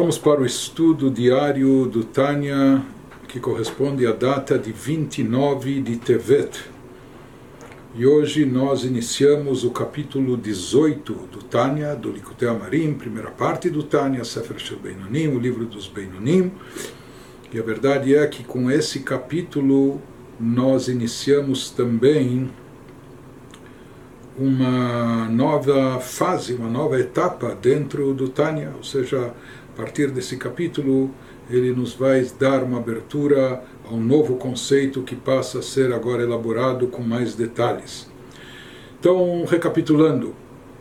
Vamos para o estudo diário do Tânia, que corresponde à data de 29 de Tevet. E hoje nós iniciamos o capítulo 18 do Tânia, do Likutei Amarim, primeira parte do Tânia, Sefer Shel Beinonim, o livro dos Beinonim. E a verdade é que com esse capítulo nós iniciamos também uma nova fase, uma nova etapa dentro do Tânia, ou seja, a partir desse capítulo ele nos vai dar uma abertura a um novo conceito que passa a ser agora elaborado com mais detalhes. Então, recapitulando,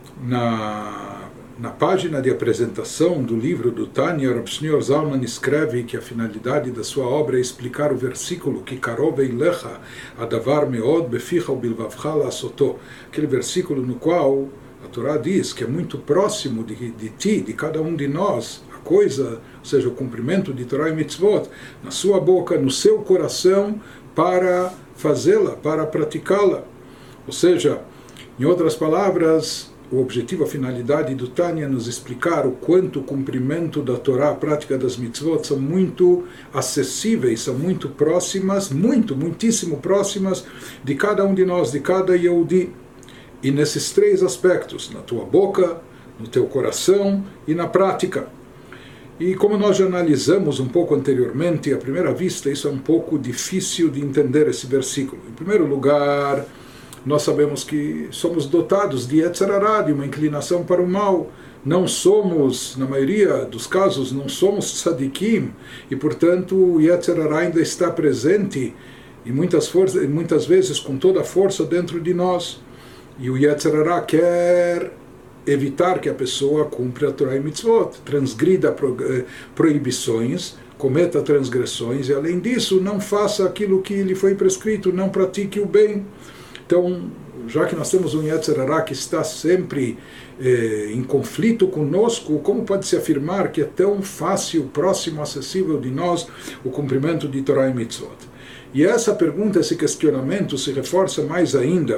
na página de apresentação do livro do Tânia, Rav Shneur Zalman escreve que a finalidade da sua obra é explicar o versículo que Karov eilecha adavar meod beficha ubilvavcha la'asoto, aquele versículo no qual a Torá diz que é muito próximo de ti, de cada um de nós, a coisa, ou seja, o cumprimento de Torá e Mitzvot, na sua boca, no seu coração, para fazê-la, para praticá-la. Ou seja, em outras palavras, o objetivo, a finalidade do Tânia é nos explicar o quanto o cumprimento da Torá, a prática das mitzvot, são muito acessíveis, são muito próximas, muitíssimo próximas de cada um de nós, de cada Yehudi. E nesses três aspectos, na tua boca, no teu coração e na prática. E como nós já analisamos um pouco anteriormente, à primeira vista isso é um pouco difícil de entender esse versículo. Em primeiro lugar, nós sabemos que somos dotados de Yetzer Hara, de uma inclinação para o mal. Não somos, na maioria dos casos, não somos tzadikim, e portanto o Yetzer Hara ainda está presente, e muitas vezes com toda a força dentro de nós. E o Yetzer Hara quer evitar que a pessoa cumpra a Torá e Mitzvot, transgrida proibições, cometa transgressões, e além disso não faça aquilo que lhe foi prescrito, não pratique o bem. Então, já que nós temos um Yetzer Hara que está sempre em conflito conosco, como pode-se afirmar que é tão fácil, próximo, acessível de nós o cumprimento de Torá e Mitzvot? E essa pergunta, esse questionamento se reforça mais ainda.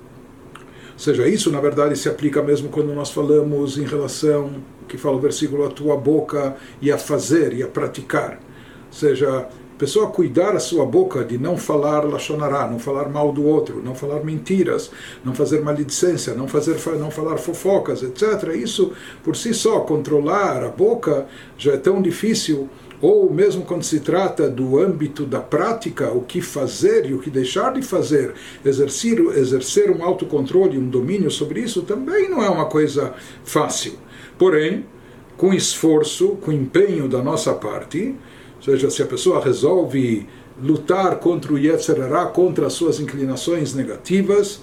Ou seja, isso na verdade se aplica mesmo quando nós falamos em relação, que fala o versículo, a tua boca e a fazer e a praticar. Ou seja, a pessoa cuidar a sua boca de não falar lashon hara, não falar mal do outro, não falar mentiras, não fazer maledicência, não falar fofocas, etc. Isso por si só, controlar a boca já é tão difícil. Ou mesmo quando se trata do âmbito da prática, o que fazer e o que deixar de fazer, exercer um autocontrole, um domínio sobre isso, também não é uma coisa fácil. Porém, com esforço, com empenho da nossa parte, ou seja, se a pessoa resolve lutar contra o Yetzer Hara, contra as suas inclinações negativas,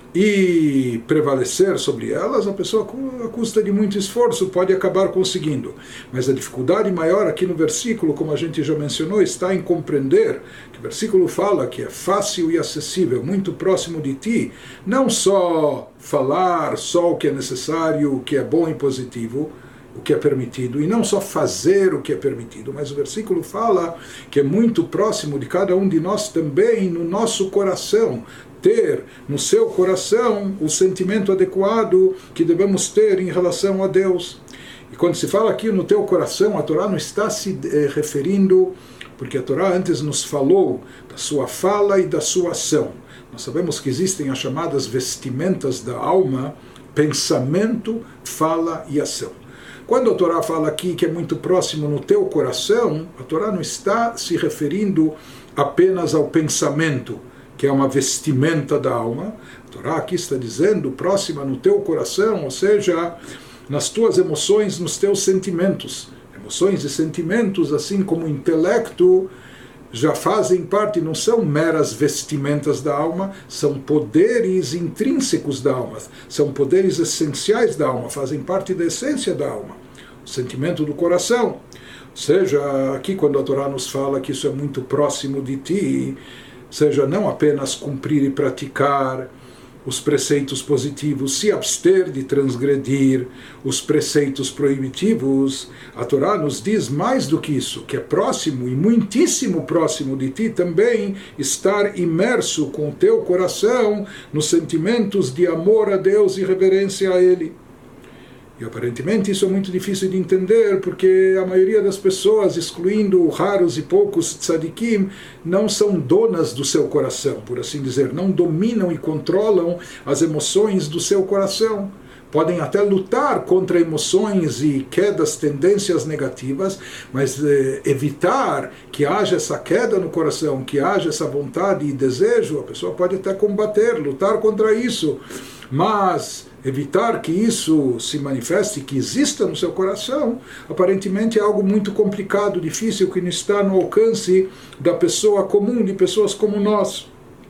e prevalecer sobre elas, a pessoa, à custa de muito esforço, pode acabar conseguindo. Mas a dificuldade maior aqui no versículo, como a gente já mencionou, está em compreender que o versículo fala que é fácil e acessível, muito próximo de ti, não só falar só o que é necessário, o que é bom e positivo, o que é permitido, e não só fazer o que é permitido, mas o versículo fala que é muito próximo de cada um de nós também, no nosso coração, ter no seu coração o sentimento adequado que devemos ter em relação a Deus. E quando se fala aqui no teu coração, a Torá não está se referindo, porque a Torá antes nos falou da sua fala e da sua ação. Nós sabemos que existem as chamadas vestimentas da alma, pensamento, fala e ação. Quando a Torá fala aqui que é muito próximo no teu coração, a Torá não está se referindo apenas ao pensamento, que é uma vestimenta da alma. A Torá aqui está dizendo próxima no teu coração, ou seja, nas tuas emoções, nos teus sentimentos. Emoções e sentimentos, assim como o intelecto, já fazem parte, não são meras vestimentas da alma, são poderes intrínsecos da alma, são poderes essenciais da alma, fazem parte da essência da alma, o sentimento do coração. Ou seja, aqui quando a Torá nos fala que isso é muito próximo de ti, seja não apenas cumprir e praticar os preceitos positivos, se abster de transgredir os preceitos proibitivos, a Torá nos diz mais do que isso, que é próximo e muitíssimo próximo de ti também estar imerso com o teu coração nos sentimentos de amor a Deus e reverência a Ele. E aparentemente isso é muito difícil de entender, porque a maioria das pessoas, excluindo raros e poucos tzadikim, não são donas do seu coração, por assim dizer, não dominam e controlam as emoções do seu coração. Podem até lutar contra emoções e quedas, tendências negativas, mas evitar que haja essa queda no coração, que haja essa vontade e desejo, a pessoa pode até combater, lutar contra isso, mas evitar que isso se manifeste, que exista no seu coração, aparentemente é algo muito complicado, difícil, que não está no alcance da pessoa comum, de pessoas como nós.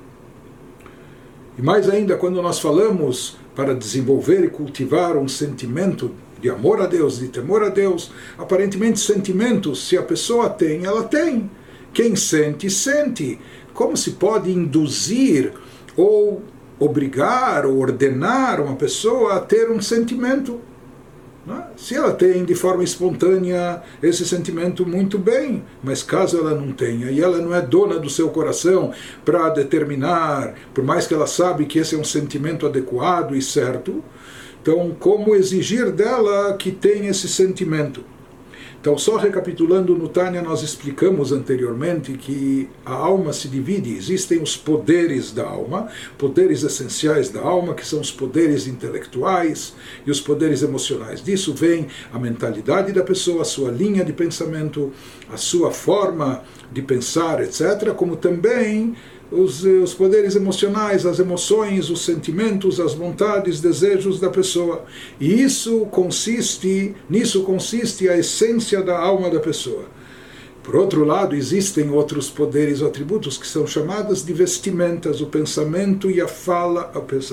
E mais ainda, quando nós falamos para desenvolver e cultivar um sentimento de amor a Deus, de temor a Deus, aparentemente sentimentos, se a pessoa tem, ela tem. Quem sente, sente. Como se pode induzir ou obrigar ou ordenar uma pessoa a ter um sentimento? Se ela tem de forma espontânea esse sentimento, muito bem, mas caso ela não tenha e ela não é dona do seu coração para determinar, por mais que ela sabe que esse é um sentimento adequado e certo, então como exigir dela que tenha esse sentimento? Então, só recapitulando, no Tânia nós explicamos anteriormente que a alma se divide, existem os poderes da alma, poderes essenciais da alma, que são os poderes intelectuais e os poderes emocionais. Disso vem a mentalidade da pessoa, a sua linha de pensamento, a sua forma de pensar, etc., como também os poderes emocionais, as emoções, os sentimentos, as vontades, desejos da pessoa. E nisso consiste a essência da alma da pessoa. Por outro lado, existem outros poderes ou atributos que são chamados de vestimentas, o pensamento e a fala,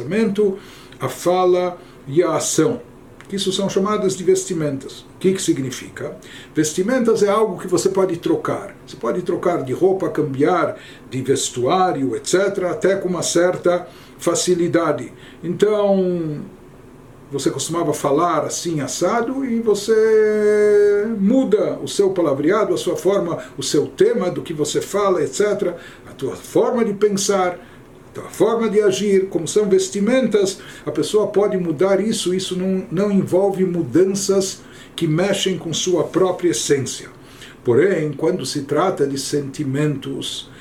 a fala e a ação. Isso são chamadas de vestimentas. O que significa? Vestimentas é algo que você pode trocar. Você pode trocar de roupa, cambiar de vestuário, etc., até com uma certa facilidade. Então, você costumava falar assim, assado, e você muda o seu palavreado, a sua forma, o seu tema do que você fala, etc., a tua forma de pensar, a forma de agir, como são vestimentas, a pessoa pode mudar isso não envolve mudanças que mexem com sua própria essência. Porém, quando se trata de sentimentos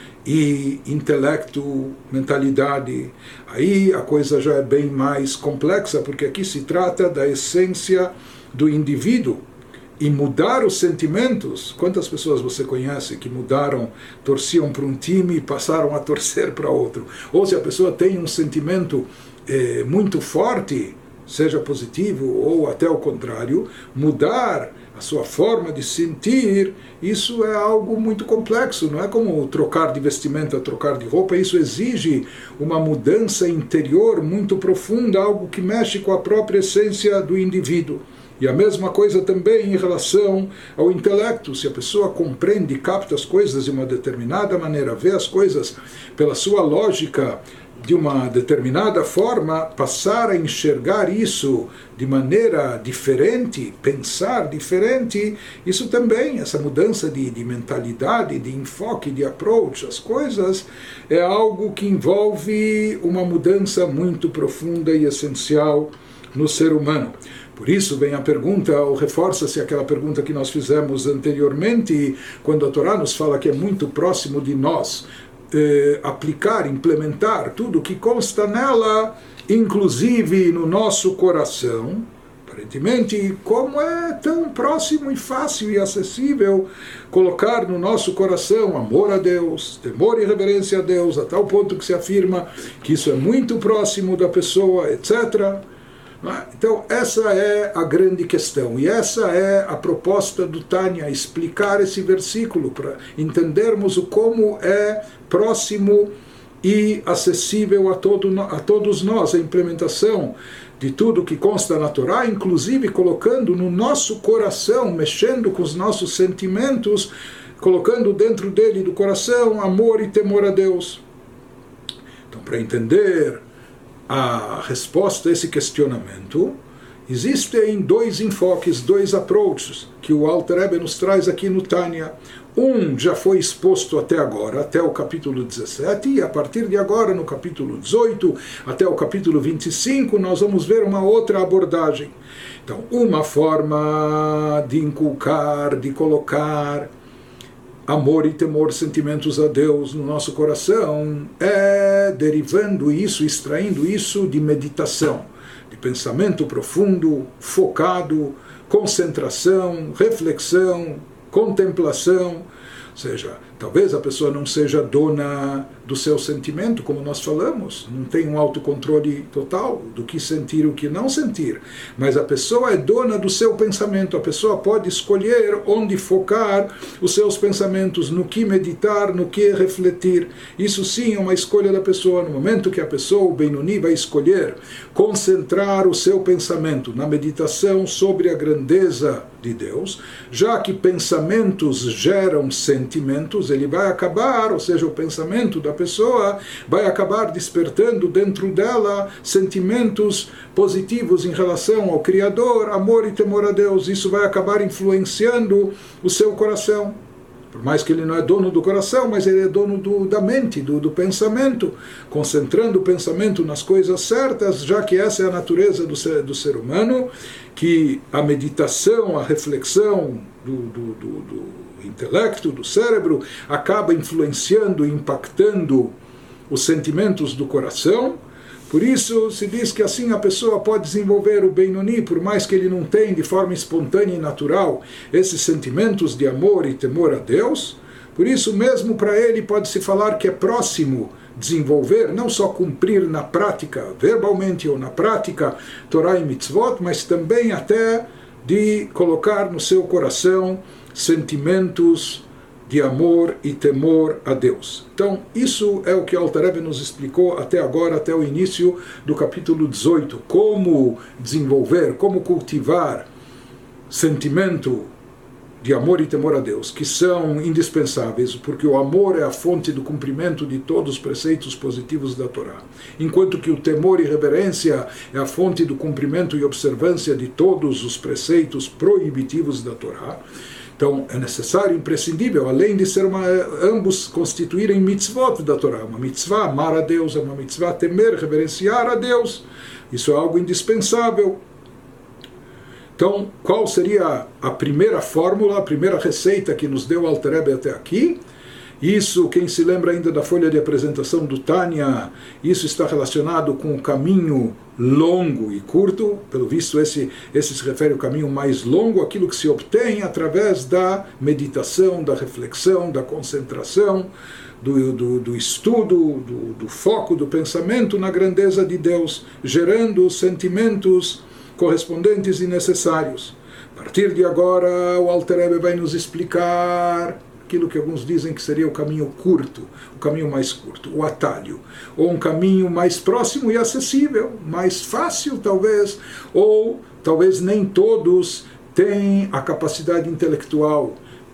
e intelecto, mentalidade, aí a coisa já é bem mais complexa, porque aqui se trata da essência do indivíduo. E mudar os sentimentos, quantas pessoas você conhece que mudaram, torciam para um time e passaram a torcer para outro? Ou se a pessoa tem um sentimento muito forte, seja positivo ou até o contrário, mudar a sua forma de sentir, isso é algo muito complexo, não é como trocar de vestimenta, trocar de roupa, isso exige uma mudança interior muito profunda, algo que mexe com a própria essência do indivíduo. E a mesma coisa também em relação ao intelecto. Se a pessoa compreende, capta as coisas de uma determinada maneira, vê as coisas pela sua lógica de uma determinada forma, passar a enxergar isso de maneira diferente, pensar diferente, isso também, essa mudança de mentalidade, de enfoque, de approach às coisas, é algo que envolve uma mudança muito profunda e essencial no ser humano. Por isso vem a pergunta, ou reforça-se aquela pergunta que nós fizemos anteriormente, quando a Torá nos fala que é muito próximo de nós aplicar, implementar tudo que consta nela, inclusive no nosso coração. Aparentemente, como é tão próximo e fácil e acessível colocar no nosso coração amor a Deus, temor e reverência a Deus, a tal ponto que se afirma que isso é muito próximo da pessoa, etc., Então essa é a grande questão, e essa é a proposta do Tânia, explicar esse versículo para entendermos o como é próximo e acessível a todos nós, a implementação de tudo que consta na Torá, inclusive colocando no nosso coração, mexendo com os nossos sentimentos, colocando dentro dele, do coração, amor e temor a Deus. Então, para entender a resposta a esse questionamento, existem dois enfoques, dois approaches, que o Alter Rebbe nos traz aqui no Tânia. Um já foi exposto até agora, até o capítulo 17, e a partir de agora, no capítulo 18, até o capítulo 25, nós vamos ver uma outra abordagem. Então, uma forma de inculcar, de colocar amor e temor, sentimentos a Deus no nosso coração, é derivando isso, extraindo isso de meditação, de pensamento profundo, focado, concentração, reflexão, contemplação. Ou seja, talvez a pessoa não seja dona do seu sentimento, como nós falamos, não tem um autocontrole total do que sentir e o que não sentir, mas a pessoa é dona do seu pensamento, a pessoa pode escolher onde focar os seus pensamentos, no que meditar, no que refletir. Isso sim é uma escolha da pessoa. No momento que a pessoa, o Benoni, vai escolher concentrar o seu pensamento na meditação sobre a grandeza de Deus, já que pensamentos geram sentimentos, ele vai acabar, ou seja, o pensamento da pessoa vai acabar despertando dentro dela sentimentos positivos em relação ao Criador, amor e temor a Deus. Isso vai acabar influenciando o seu coração. Por mais que ele não é dono do coração, mas ele é dono da mente, do pensamento, concentrando o pensamento nas coisas certas, já que essa é a natureza do ser humano, que a meditação, a reflexão do intelecto, do cérebro, acaba influenciando e impactando os sentimentos do coração. Por isso se diz que assim a pessoa pode desenvolver o Benoni, por mais que ele não tenha de forma espontânea e natural esses sentimentos de amor e temor a Deus. Por isso mesmo para ele pode-se falar que é próximo desenvolver, não só cumprir na prática, verbalmente ou na prática, Torá e Mitzvot, mas também até de colocar no seu coração sentimentos de amor e temor a Deus. Então, isso é o que Alter Rebbe nos explicou até agora, até o início do capítulo 18. Como desenvolver, como cultivar sentimento de amor e temor a Deus, que são indispensáveis, porque o amor é a fonte do cumprimento de todos os preceitos positivos da Torá, enquanto que o temor e reverência é a fonte do cumprimento e observância de todos os preceitos proibitivos da Torá. Então é necessário, imprescindível, além de ser ambos constituírem mitzvot da Torá, uma mitzvah amar a Deus, é uma mitzvah temer, reverenciar a Deus, isso é algo indispensável. Então, qual seria a primeira fórmula, a primeira receita que nos deu Alter Rebbe até aqui? Isso, quem se lembra ainda da folha de apresentação do Tânia, isso está relacionado com o caminho longo e curto. Pelo visto, esse se refere ao caminho mais longo, aquilo que se obtém através da meditação, da reflexão, da concentração, do estudo, do foco do pensamento na grandeza de Deus, gerando os sentimentos correspondentes e necessários. A partir de agora, o Alter Rebbe vai nos explicar aquilo que alguns dizem que seria o caminho curto, o caminho mais curto, o atalho, ou um caminho mais próximo e acessível, mais fácil talvez, ou talvez nem todos têm a capacidade intelectual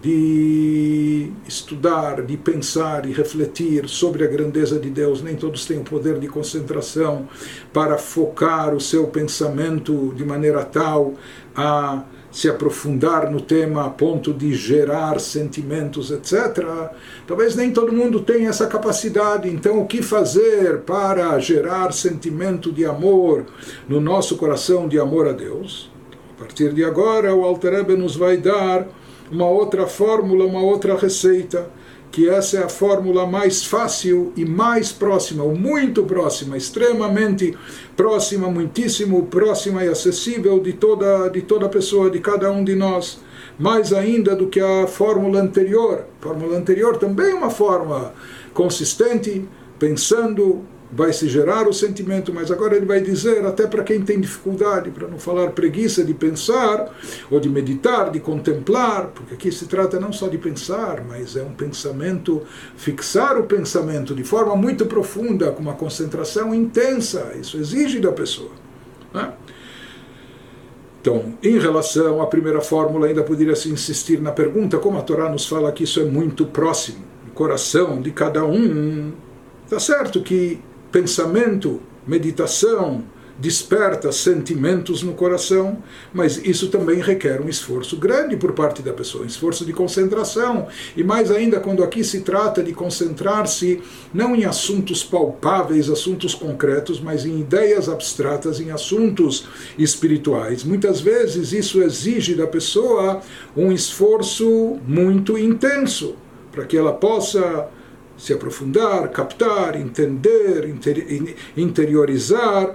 de estudar, de pensar e refletir sobre a grandeza de Deus. Nem todos têm o poder de concentração para focar o seu pensamento de maneira tal a se aprofundar no tema a ponto de gerar sentimentos, etc. Talvez nem todo mundo tenha essa capacidade. Então, o que fazer para gerar sentimento de amor no nosso coração, de amor a Deus? A partir de agora, o Alter Rebbe nos vai dar uma outra fórmula, uma outra receita, que essa é a fórmula mais fácil e mais próxima, ou muito próxima, extremamente próxima, muitíssimo próxima e acessível de toda pessoa, de cada um de nós, mais ainda do que a fórmula anterior. A fórmula anterior também é uma forma consistente, pensando, vai se gerar o sentimento, mas agora ele vai dizer, até para quem tem dificuldade, para não falar preguiça de pensar, ou de meditar, de contemplar, porque aqui se trata não só de pensar, mas é um pensamento, fixar o pensamento de forma muito profunda, com uma concentração intensa, isso exige da pessoa, né? Então, em relação à primeira fórmula, ainda poderia se insistir na pergunta, como a Torá nos fala que isso é muito próximo, no coração de cada um. Está certo que pensamento, meditação, desperta sentimentos no coração, mas isso também requer um esforço grande por parte da pessoa, um esforço de concentração, e mais ainda quando aqui se trata de concentrar-se não em assuntos palpáveis, assuntos concretos, mas em ideias abstratas, em assuntos espirituais. Muitas vezes isso exige da pessoa um esforço muito intenso, para que ela possa se aprofundar, captar, entender, interiorizar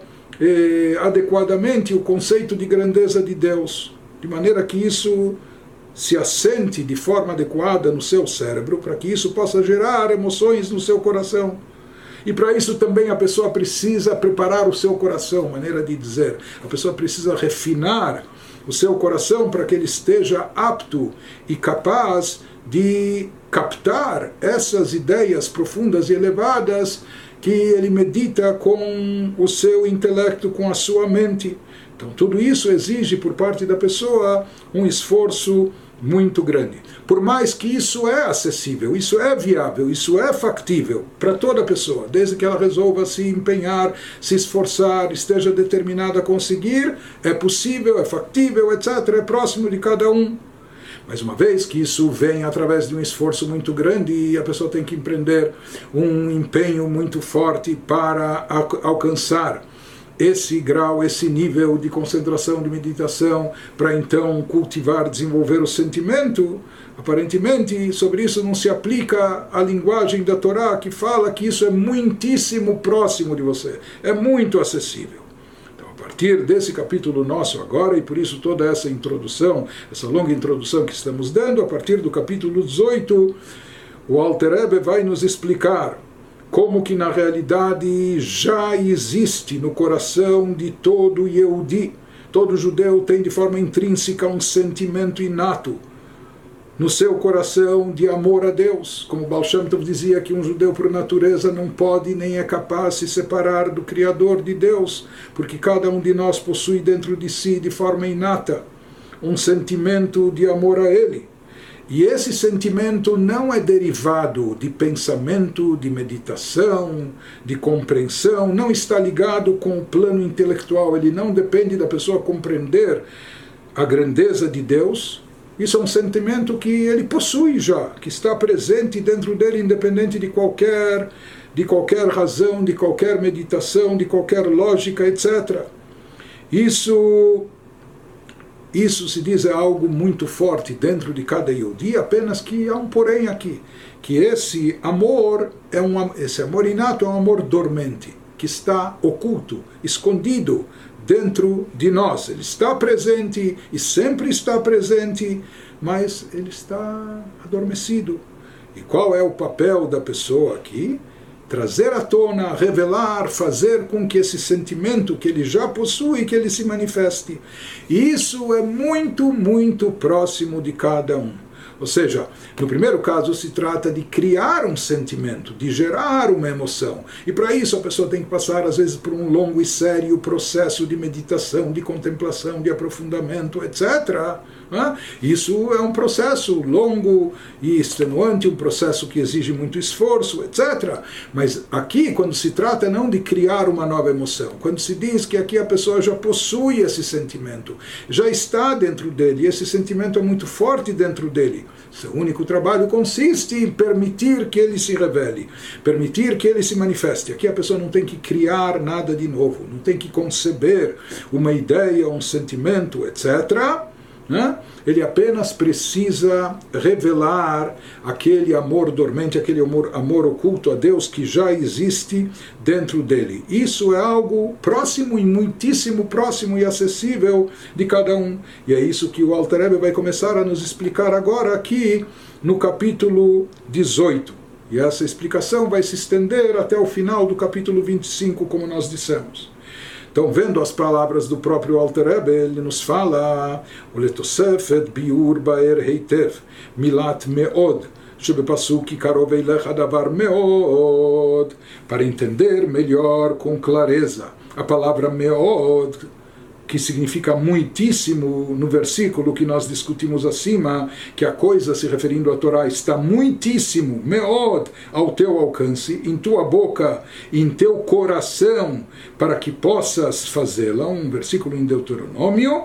adequadamente o conceito de grandeza de Deus, de maneira que isso se assente de forma adequada no seu cérebro, para que isso possa gerar emoções no seu coração. E para isso também a pessoa precisa preparar o seu coração, maneira de dizer, a pessoa precisa refinar o seu coração para que ele esteja apto e capaz de captar essas ideias profundas e elevadas que ele medita com o seu intelecto, com a sua mente. Então tudo isso exige por parte da pessoa um esforço muito grande. Por mais que isso é acessível, isso é viável, isso é factível para toda pessoa, desde que ela resolva se empenhar, se esforçar, esteja determinada a conseguir, é possível, é factível, etc., é próximo de cada um. Mas uma vez que isso vem através de um esforço muito grande e a pessoa tem que empreender um empenho muito forte para alcançar esse grau, esse nível de concentração, de meditação, para então cultivar, desenvolver o sentimento, aparentemente sobre isso não se aplica a linguagem da Torá, que fala que isso é muitíssimo próximo de você, é muito acessível. A partir desse capítulo nosso agora, e por isso toda essa introdução, essa longa introdução que estamos dando, a partir do capítulo 18, o Alter Rebbe vai nos explicar como que na realidade já existe no coração de todo Yehudi, todo judeu tem de forma intrínseca um sentimento inato no seu coração de amor a Deus. Como Baal Shem Tov dizia que um judeu por natureza não pode nem é capaz de se separar do Criador de Deus, porque cada um de nós possui dentro de si de forma inata um sentimento de amor a Ele. E esse sentimento não é derivado de pensamento, de meditação, de compreensão, não está ligado com o plano intelectual, ele não depende da pessoa compreender a grandeza de Deus. Isso é um sentimento que ele possui já, que está presente dentro dele, independente de qualquer razão, de qualquer meditação, de qualquer lógica, etc. Isso se diz é algo muito forte dentro de cada Yehudi, apenas que há um porém aqui, que esse amor inato é um amor dormente, que está oculto, escondido dentro de nós. Ele está presente e sempre está presente, mas ele está adormecido. E qual é o papel da pessoa aqui? Trazer à tona, revelar, fazer com que esse sentimento que ele já possui, que ele se manifeste. E isso é muito, muito próximo de cada um. Ou seja, no primeiro caso se trata de criar um sentimento, de gerar uma emoção. E para isso a pessoa tem que passar, às vezes, por um longo e sério processo de meditação, de contemplação, de aprofundamento, etc. Isso é um processo longo e extenuante, um processo que exige muito esforço, etc. Mas aqui, quando se trata não de criar uma nova emoção, quando se diz que aqui a pessoa já possui esse sentimento, já está dentro dele, e esse sentimento é muito forte dentro dele, seu único trabalho consiste em permitir que ele se revele, permitir que ele se manifeste. Aqui a pessoa não tem que criar nada de novo, não tem que conceber uma ideia, um sentimento, etc., Ele apenas precisa revelar aquele amor dormente, aquele amor oculto a Deus que já existe dentro dele. Isso é algo próximo e muitíssimo próximo e acessível de cada um. E é isso que o Alter Rebbe vai começar a nos explicar agora aqui no capítulo 18. E essa explicação vai se estender até o final do capítulo 25, como nós dissemos. Então, vendo as palavras do próprio Alter Rebbe, ele nos fala: "Uletosefet biur baer heitev milat meod shebepasuk karov elecha davar meod", para entender melhor com clareza a palavra meod, que significa muitíssimo no versículo que nós discutimos acima, que a coisa se referindo à Torá está muitíssimo, meod, ao teu alcance, em tua boca, em teu coração, para que possas fazê-la, um versículo em Deuteronômio.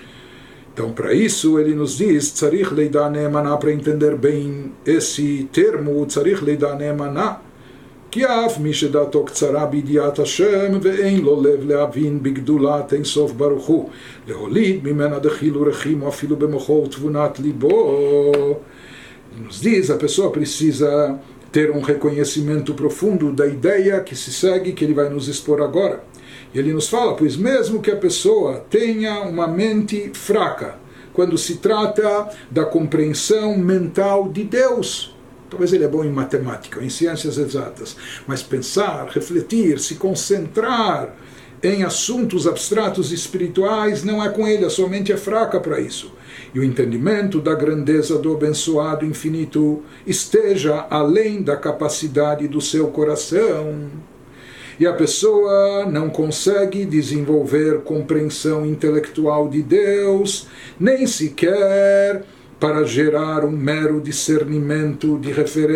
Então, para isso, ele nos diz, tzarich leidar neemaná, para entender bem esse termo, tzarich leidar neemaná, כי אף מי שדעתו קצרה בידיעת השם ואין לו לב להבין בגדולת אין סוף ברוך הוא, להוליד ממנה דחיל ורחים או אפילו במוחו ותבונת ליבו. Nos diz, a pessoa precisa ter um reconhecimento profundo da ideia que se segue, que ele vai nos expor agora. E ele nos fala, pois mesmo que a pessoa tenha uma mente fraca, quando se trata da compreensão mental de Deus, talvez ele é bom em matemática, em ciências exatas, mas pensar, refletir, se concentrar em assuntos abstratos e espirituais não é com ele, a sua mente é fraca para isso. E o entendimento da grandeza do abençoado infinito esteja além da capacidade do seu coração. E a pessoa não consegue desenvolver compreensão intelectual de Deus, nem sequer para gerar um mero discernimento de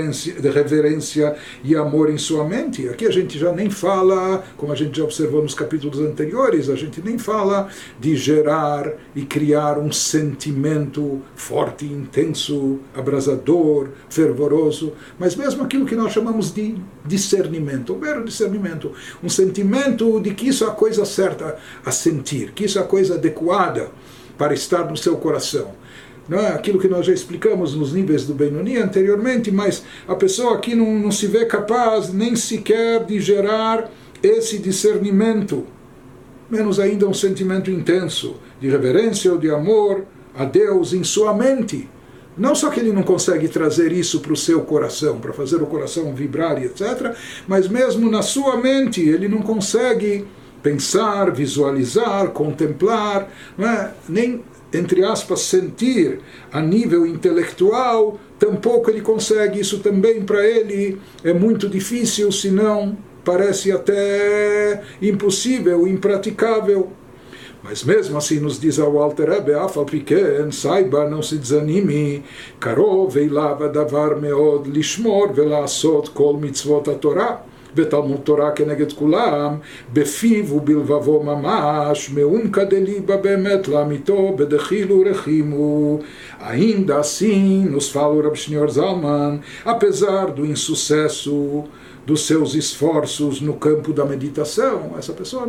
reverência e amor em sua mente. Aqui a gente já nem fala, como a gente já observou nos capítulos anteriores, a gente nem fala de gerar e criar um sentimento forte, intenso, abrasador, fervoroso, mas mesmo aquilo que nós chamamos de discernimento, um mero discernimento, um sentimento de que isso é a coisa certa a sentir, que isso é a coisa adequada para estar no seu coração. Não é aquilo que nós já explicamos nos níveis do Benoni anteriormente, mas a pessoa aqui não se vê capaz nem sequer de gerar esse discernimento, menos ainda um sentimento intenso de reverência ou de amor a Deus em sua mente. Não só que ele não consegue trazer isso para o seu coração, para fazer o coração vibrar e etc., mas mesmo na sua mente ele não consegue pensar, visualizar, contemplar, não é? Nem, entre aspas, sentir a nível intelectual, tampouco ele consegue. Isso também para ele é muito difícil, se não parece até impossível, impraticável. Mas mesmo assim nos diz ao Alter Rebbe, afal piken, saiba, não se desanime, karov eilava davar meod lishmor velasot kol mitzvot haTorah, ותלמוד תורה כנגד כולם, בפיו ובלבבו ממש, מעומקא דליבה באמת לאמיתו, בדחילו ורחימו. Ainda assim, nos fala o Rav Shneur Zalman, apesar do insucesso dos seus esforços no campo da meditação, essa pessoa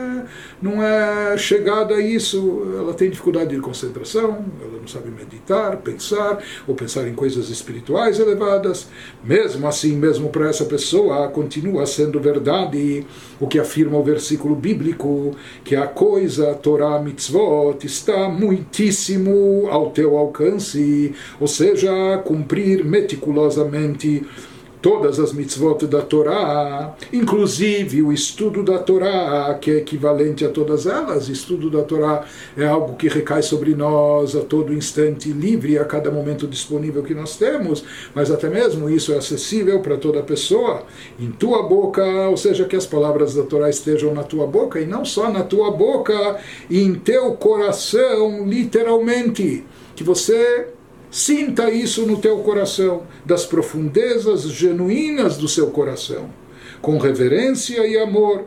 não é chegada a isso, ela tem dificuldade de concentração, ela não sabe meditar, pensar, ou pensar em coisas espirituais elevadas. Mesmo assim, mesmo para essa pessoa, continua sendo verdade o que afirma o versículo bíblico, que a coisa, Torá, Mitzvot, está muitíssimo ao teu alcance, ou seja, cumprir meticulosamente todas as mitzvot da Torá, inclusive o estudo da Torá, que é equivalente a todas elas. Estudo da Torá é algo que recai sobre nós a todo instante, livre a cada momento disponível que nós temos, mas até mesmo isso é acessível para toda pessoa, em tua boca, ou seja, que as palavras da Torá estejam na tua boca, e não só na tua boca, em teu coração, literalmente, que você sinta isso no teu coração, das profundezas genuínas do seu coração, com reverência e amor.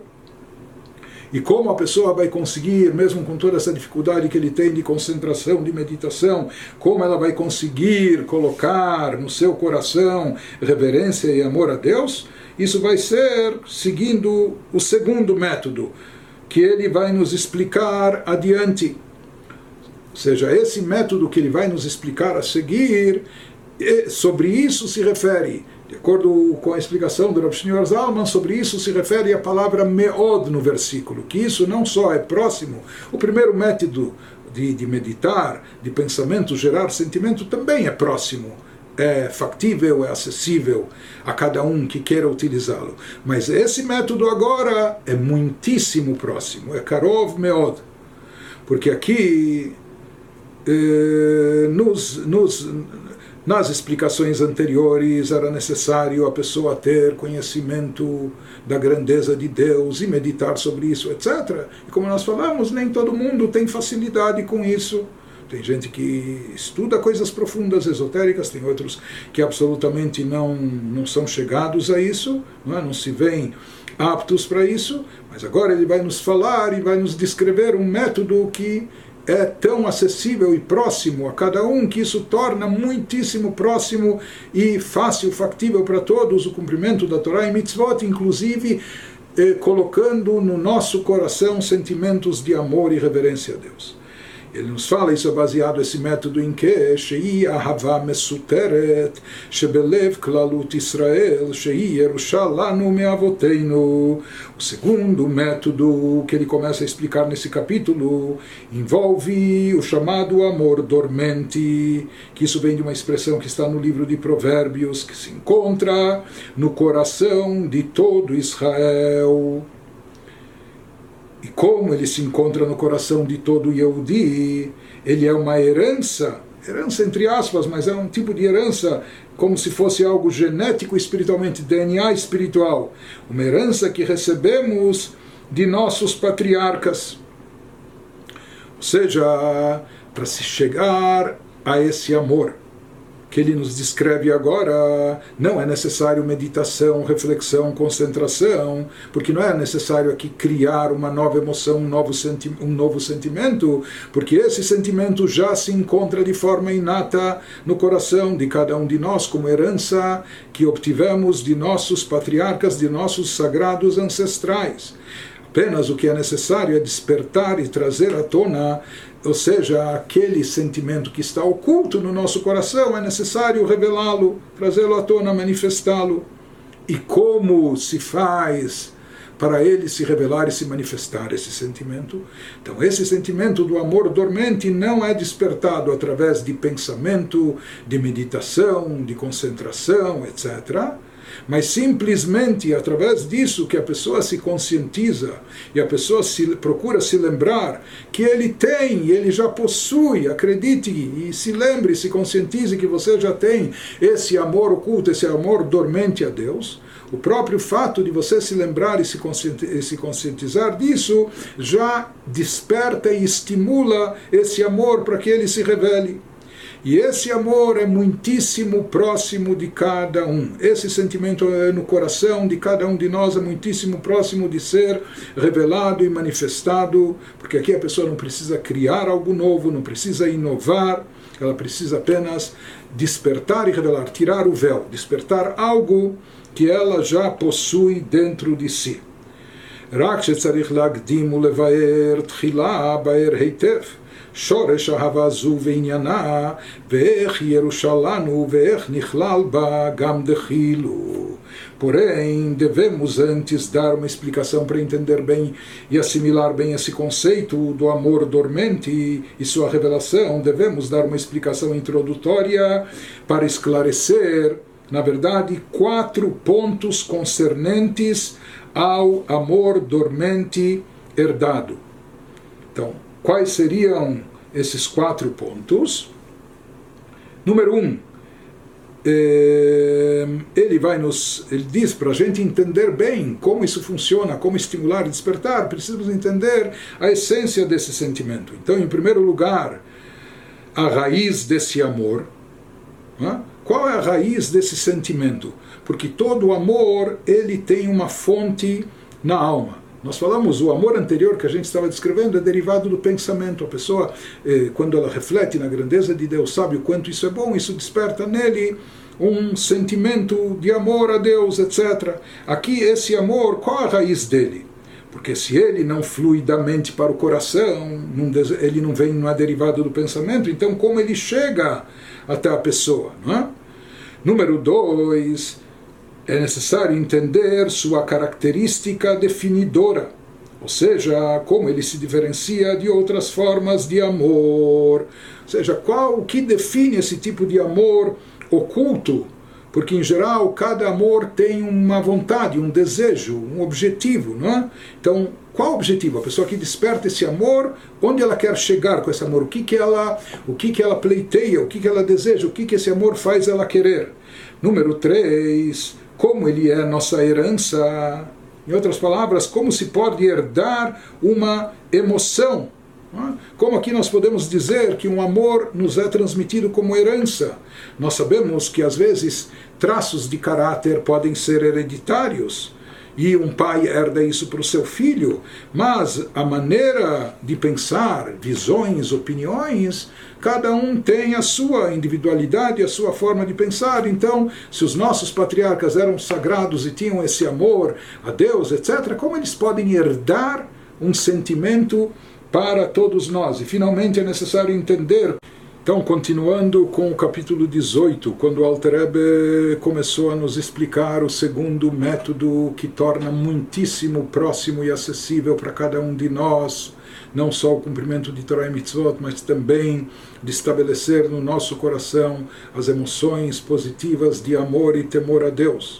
E como a pessoa vai conseguir, mesmo com toda essa dificuldade que ele tem de concentração, de meditação, como ela vai conseguir colocar no seu coração reverência e amor a Deus? Isso vai ser seguindo o segundo método, que ele vai nos explicar adiante. Ou seja, esse método que ele vai nos explicar a seguir, sobre isso se refere, de acordo com a explicação do Rav Shneur Zalman, sobre isso se refere a palavra meod no versículo, que isso não só é próximo, o primeiro método de meditar, de pensamento, gerar sentimento, também é próximo, é factível, é acessível a cada um que queira utilizá-lo. Mas esse método agora é muitíssimo próximo, é karov meod, porque aqui nas explicações anteriores era necessário a pessoa ter conhecimento da grandeza de Deus e meditar sobre isso, etc. E como nós falamos, nem todo mundo tem facilidade com isso. Tem gente que estuda coisas profundas, esotéricas, tem outros que absolutamente não são chegados a isso, não se veem aptos para isso, mas agora ele vai nos falar e vai nos descrever um método que é tão acessível e próximo a cada um, que isso torna muitíssimo próximo e fácil, factível para todos o cumprimento da Torá e Mitzvot, inclusive colocando no nosso coração sentimentos de amor e reverência a Deus. Ele nos fala, isso é baseado esse método em que Shei Ahava Mesuteret Shebelev Klalut Israel Shei Yerusha Lanu Meavoteinu. O segundo método que ele começa a explicar nesse capítulo envolve o chamado amor dormente, que isso vem de uma expressão que está no livro de Provérbios, que se encontra no coração de todo Israel. E como ele se encontra no coração de todo Yehudi, ele é uma herança entre aspas, mas é um tipo de herança como se fosse algo genético espiritualmente, DNA espiritual. Uma herança que recebemos de nossos patriarcas. Ou seja, para se chegar a esse amor que ele nos descreve agora, não é necessário meditação, reflexão, concentração, porque não é necessário aqui criar uma nova emoção, um novo sentimento, porque esse sentimento já se encontra de forma inata no coração de cada um de nós, como herança que obtivemos de nossos patriarcas, de nossos sagrados ancestrais. Apenas o que é necessário é despertar e trazer à tona, ou seja, aquele sentimento que está oculto no nosso coração, é necessário revelá-lo, trazê-lo à tona, manifestá-lo. E como se faz para ele se revelar e se manifestar esse sentimento? Então, esse sentimento do amor dormente não é despertado através de pensamento, de meditação, de concentração, etc., mas simplesmente através disso que a pessoa se conscientiza e a pessoa procura se lembrar que ele tem, ele já possui, acredite e se lembre, se conscientize que você já tem esse amor oculto, esse amor dormente a Deus. O próprio fato de você se lembrar e se conscientizar disso já desperta e estimula esse amor para que ele se revele. E esse amor é muitíssimo próximo de cada um. Esse sentimento no coração de cada um de nós é muitíssimo próximo de ser revelado e manifestado, porque aqui a pessoa não precisa criar algo novo, não precisa inovar, ela precisa apenas despertar e revelar, tirar o véu, despertar algo que ela já possui dentro de si. רק שצריך להקדים ולבאר תחילה באר היטב שורש אהבה זו ועניינה ואיך ירושה לנו ואיך נכלל בה גם דחילו. Porém, devemos antes dar uma explicação para entender bem e assimilar bem esse conceito do amor dormente e sua revelação. Devemos dar uma explicação introdutória para esclarecer, na verdade, 4 pontos concernentes ao amor dormente herdado. Então, quais seriam esses 4 pontos? Número 1, ele diz para a gente entender bem como isso funciona, como estimular e despertar, precisamos entender a essência desse sentimento. Então, em primeiro lugar, a raiz desse amor. Qual é a raiz desse sentimento? Porque todo amor, ele tem uma fonte na alma. Nós falamos, o amor anterior que a gente estava descrevendo é derivado do pensamento. A pessoa, quando ela reflete na grandeza de Deus, sabe o quanto isso é bom, isso desperta nele um sentimento de amor a Deus, etc. Aqui, esse amor, qual a raiz dele? Porque se ele não flui da mente para o coração, ele não é derivado do pensamento, então como ele chega até a pessoa? Não é? Número 2, é necessário entender sua característica definidora, ou seja, como ele se diferencia de outras formas de amor, ou seja, o que define esse tipo de amor oculto, porque em geral cada amor tem uma vontade, um desejo, um objetivo, não é? Então, Qual o objetivo? A pessoa que desperta esse amor, onde ela quer chegar com esse amor? O que ela pleiteia? O que ela deseja? O que esse amor faz ela querer? Número 3, como ele é nossa herança. Em outras palavras, como se pode herdar uma emoção? Como aqui nós podemos dizer que um amor nos é transmitido como herança? Nós sabemos que às vezes traços de caráter podem ser hereditários e um pai herda isso para o seu filho, mas a maneira de pensar, visões, opiniões, cada um tem a sua individualidade, a sua forma de pensar. Então, se os nossos patriarcas eram sagrados e tinham esse amor a Deus, etc., como eles podem herdar um sentimento para todos nós? E finalmente é necessário entender. Então, continuando com o capítulo 18, quando o Alter Rebbe começou a nos explicar o segundo método que torna muitíssimo próximo e acessível para cada um de nós, não só o cumprimento de Torah e Mitzvot, mas também de estabelecer no nosso coração as emoções positivas de amor e temor a Deus.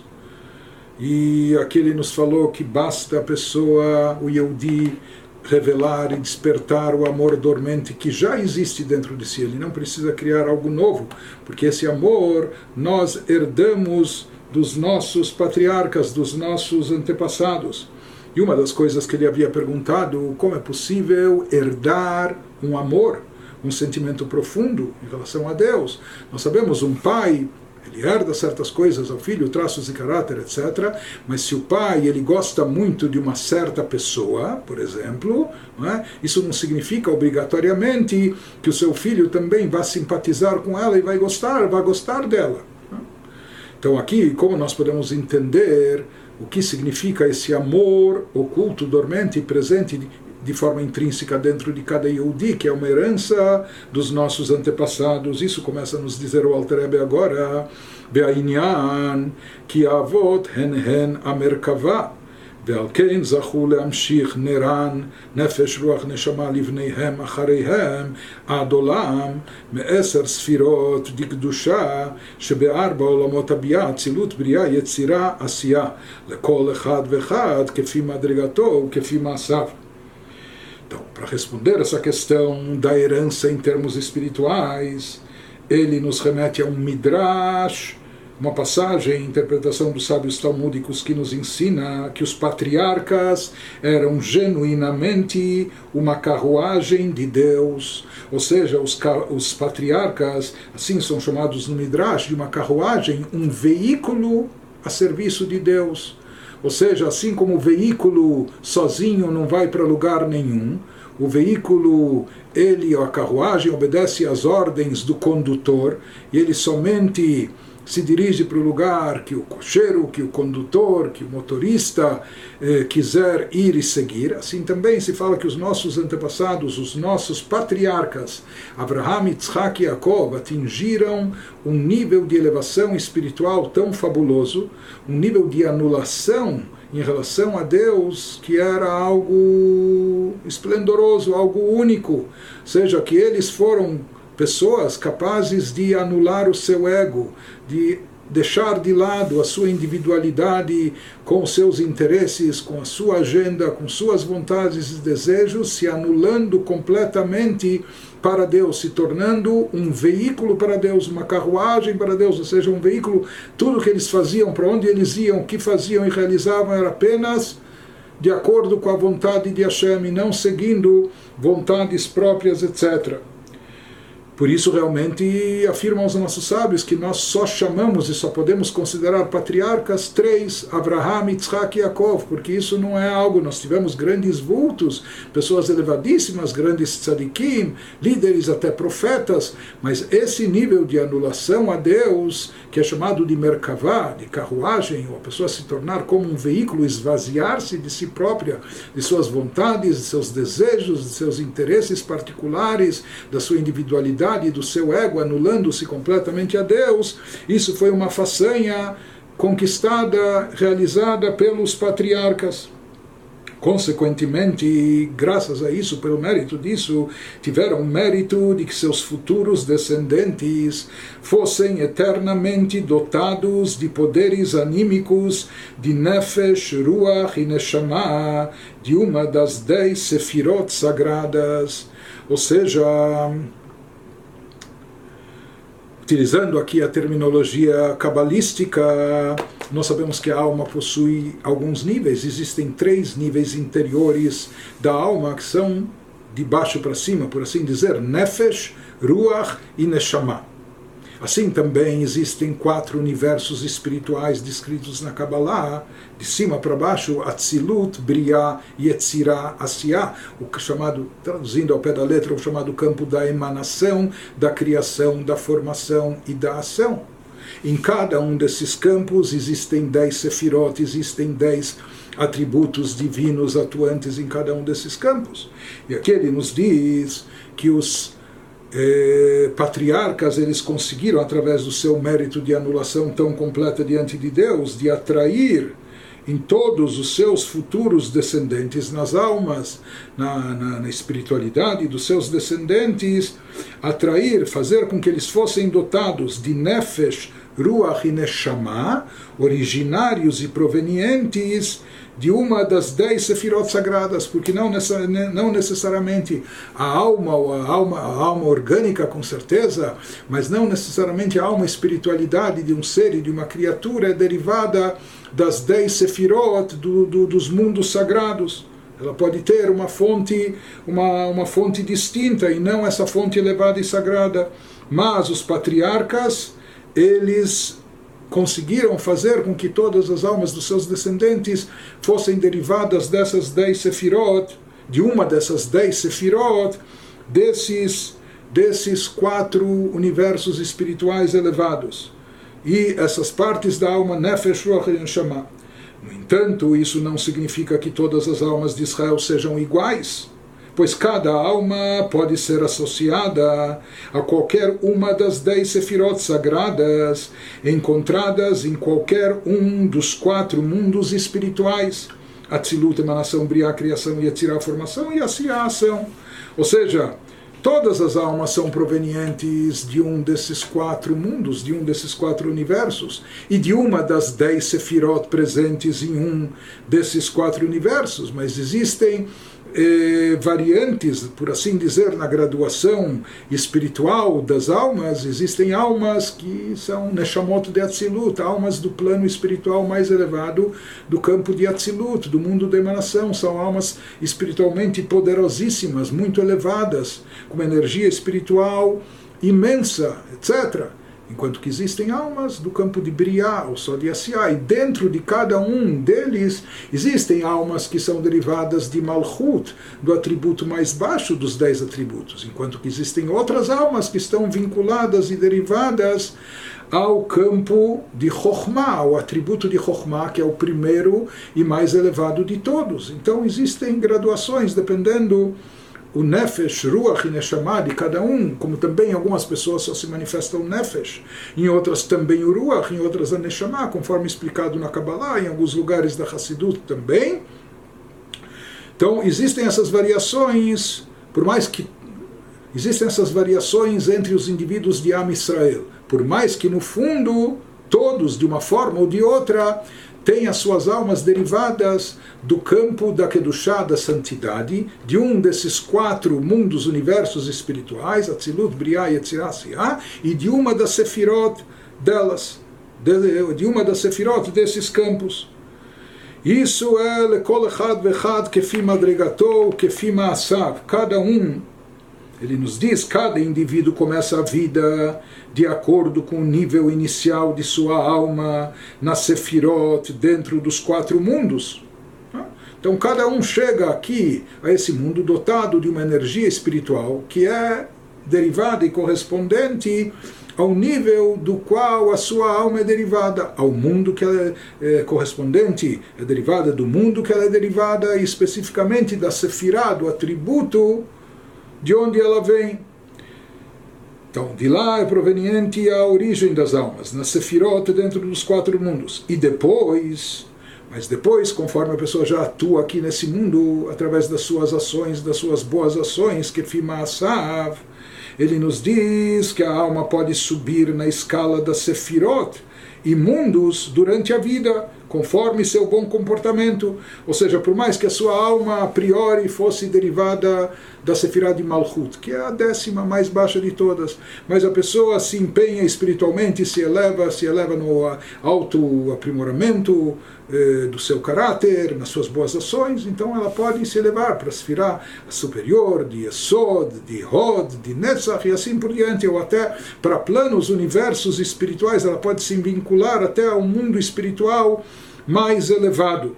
E aqui ele nos falou que basta a pessoa, o Yehudi, revelar e despertar o amor dormente que já existe dentro de si. Ele não precisa criar algo novo, porque esse amor nós herdamos dos nossos patriarcas, dos nossos antepassados. E uma das coisas que ele havia perguntado, como é possível herdar um amor, um sentimento profundo em relação a Deus? Nós sabemos, um pai, ele herda certas coisas ao filho, traços de caráter, etc. Mas se o pai ele gosta muito de uma certa pessoa, por exemplo, não é? Isso não significa obrigatoriamente que o seu filho também vai simpatizar com ela e vai gostar dela. Então aqui, como nós podemos entender o que significa esse amor oculto, dormente e presente de forma intrínseca dentro de cada Yehudi, que é uma herança dos nossos antepassados. Isso começa a nos dizer o Alter Rebbe agora, Be'ainyan, ki avot hen amerkava, ועל כן זכו להמשיך נירן, נפש רוח נשמה לבניהם אחריהם, עד עולם, מ10 ספירות דקדושה, שבארבע עולמות הביאה, אצילות, בריאה, יצירה, עשייה, לכל אחד ואחד, כפי מדרגתו וכפי מעשיו. Então, para responder essa questão da herança em termos espirituais, ele nos remete a um midrash, uma passagem, interpretação dos sábios talmúdicos que nos ensina que os patriarcas eram genuinamente uma carruagem de Deus, ou seja, os patriarcas, assim são chamados no midrash, de uma carruagem, um veículo a serviço de Deus. Ou seja, assim como o veículo sozinho não vai para lugar nenhum, o veículo, a carruagem, obedece às ordens do condutor, e ele somente se dirige para o lugar que o cocheiro, que o condutor, que o motorista quiser ir e seguir. Assim também se fala que os nossos antepassados, os nossos patriarcas, Abraham, Yitzhak e Yaakov, atingiram um nível de elevação espiritual tão fabuloso, um nível de anulação em relação a Deus que era algo esplendoroso, algo único. Ou seja, que eles foram pessoas capazes de anular o seu ego, de deixar de lado a sua individualidade com os seus interesses, com a sua agenda, com suas vontades e desejos, se anulando completamente para Deus, se tornando um veículo para Deus, uma carruagem para Deus, ou seja, um veículo. Tudo que eles faziam, para onde eles iam, o que faziam e realizavam era apenas de acordo com a vontade de Hashem e não seguindo vontades próprias, etc. Por isso, realmente, afirmam os nossos sábios que nós só chamamos e só podemos considerar patriarcas 3, Abraham, Yitzhak e Yaakov, porque isso não é algo, nós tivemos grandes vultos, pessoas elevadíssimas, grandes tzadikim, líderes, até profetas, mas esse nível de anulação a Deus, que é chamado de merkavá, de carruagem, ou a pessoa se tornar como um veículo, esvaziar-se de si própria, de suas vontades, de seus desejos, de seus interesses particulares, da sua individualidade, e do seu ego, anulando-se completamente a Deus. Isso foi uma façanha conquistada, realizada pelos patriarcas. Consequentemente, graças a isso, pelo mérito disso, tiveram o mérito de que seus futuros descendentes fossem eternamente dotados de poderes anímicos de Nefesh, Ruach e Neshama, de uma das 10 sefirot sagradas. Ou seja, utilizando aqui a terminologia cabalística, nós sabemos que a alma possui alguns níveis. Existem 3 níveis interiores da alma, que são de baixo para cima, por assim dizer, Nefesh, Ruach e Neshama. Assim também existem 4 universos espirituais descritos na Kabbalah, de cima para baixo, Atzilut, Briah, Yetzirah, Asiah, o chamado, traduzindo ao pé da letra, o chamado campo da emanação, da criação, da formação e da ação. Em cada um desses campos existem 10 sefirot, existem 10 atributos divinos atuantes em cada um desses campos. E aqui ele nos diz que os patriarcas, eles conseguiram, através do seu mérito de anulação tão completa diante de Deus, de atrair em todos os seus futuros descendentes, nas almas, na espiritualidade dos seus descendentes, atrair, fazer com que eles fossem dotados de Nefesh, Ruach e Neshama, originários e provenientes de uma das 10 sefirot sagradas, porque não necessariamente a alma orgânica, com certeza, mas não necessariamente a alma, a espiritualidade de um ser e de uma criatura é derivada das 10 sefirot dos mundos sagrados. Ela pode ter uma fonte distinta e não essa fonte elevada e sagrada. Mas os patriarcas, eles conseguiram fazer com que todas as almas dos seus descendentes fossem derivadas dessas 10 sefirot, de uma dessas 10 sefirot, desses 4 universos espirituais elevados. E essas partes da alma, Nefesh, Ruach e Neshama. No entanto, isso não significa que todas as almas de Israel sejam iguais, pois cada alma pode ser associada a qualquer uma das 10 sefirot sagradas encontradas em qualquer um dos 4 mundos espirituais: Atzilut, emanação, Briah, criação, Yetzirah, formação, e Asiah, ação. Ou seja, todas as almas são provenientes de um desses 4 mundos, de um desses 4 universos, e de uma das 10 sefirot presentes em um desses 4 universos, mas existem variantes, por assim dizer, na graduação espiritual das almas. Existem almas que são Neshamot de Atzilut, almas do plano espiritual mais elevado do campo de Atzilut, do mundo da emanação. São almas espiritualmente poderosíssimas, muito elevadas, com uma energia espiritual imensa, etc. Enquanto que existem almas do campo de Briah, ou só de Asiah, e dentro de cada um deles existem almas que são derivadas de Malchut, do atributo mais baixo dos 10 atributos, enquanto que existem outras almas que estão vinculadas e derivadas ao campo de Chokhmah, ao atributo de Chokhmah, que é o primeiro e mais elevado de todos. Então existem graduações, dependendo o Nefesh, Ruach e Neshama de cada um, como também em algumas pessoas só se manifesta o Nefesh, em outras também o Ruach, em outras a Neshama, conforme explicado na Kabbalah, em alguns lugares da Hassidut também. Então existem essas variações, por mais que existem essas variações entre os indivíduos de Am Israel, por mais que no fundo todos, de uma forma ou de outra, têm as suas almas derivadas do campo da Kedushá, da santidade, de um desses 4 mundos, universos espirituais, Atzilut, Briah, Yetzirah, Asiah, e de uma das sefirot delas, de uma das sefirot desses campos. Isso é lekol echad vechad kefi madregato, kefi ma'asav. Cada um, ele nos diz, cada indivíduo começa a vida de acordo com o nível inicial de sua alma, na Sefirot, dentro dos 4 mundos. Então cada um chega aqui, a esse mundo, dotado de uma energia espiritual que é derivada e correspondente ao nível do qual a sua alma é derivada, ao mundo que ela é correspondente, é derivada do mundo que ela é derivada, e especificamente da Sefirah, do atributo de onde ela vem. Então, de lá é proveniente a origem das almas, na Sefirot, dentro dos 4 mundos. E depois, Mas depois, conforme a pessoa já atua aqui nesse mundo, através das suas ações, das suas boas ações, que Fimasav, ele nos diz que a alma pode subir na escala da Sefirot e mundos durante a vida, conforme seu bom comportamento. Ou seja, por mais que a sua alma a priori fosse derivada da Sefirah de Malchut, que é a 10ª mais baixa de todas, mas a pessoa se empenha espiritualmente, se eleva no alto aprimoramento do seu caráter, nas suas boas ações, então ela pode se elevar para a Sefirah superior, de Yesod, de Hod, de Netzach e assim por diante, ou até para planos, universos espirituais, ela pode se vincular até ao mundo espiritual mais elevado.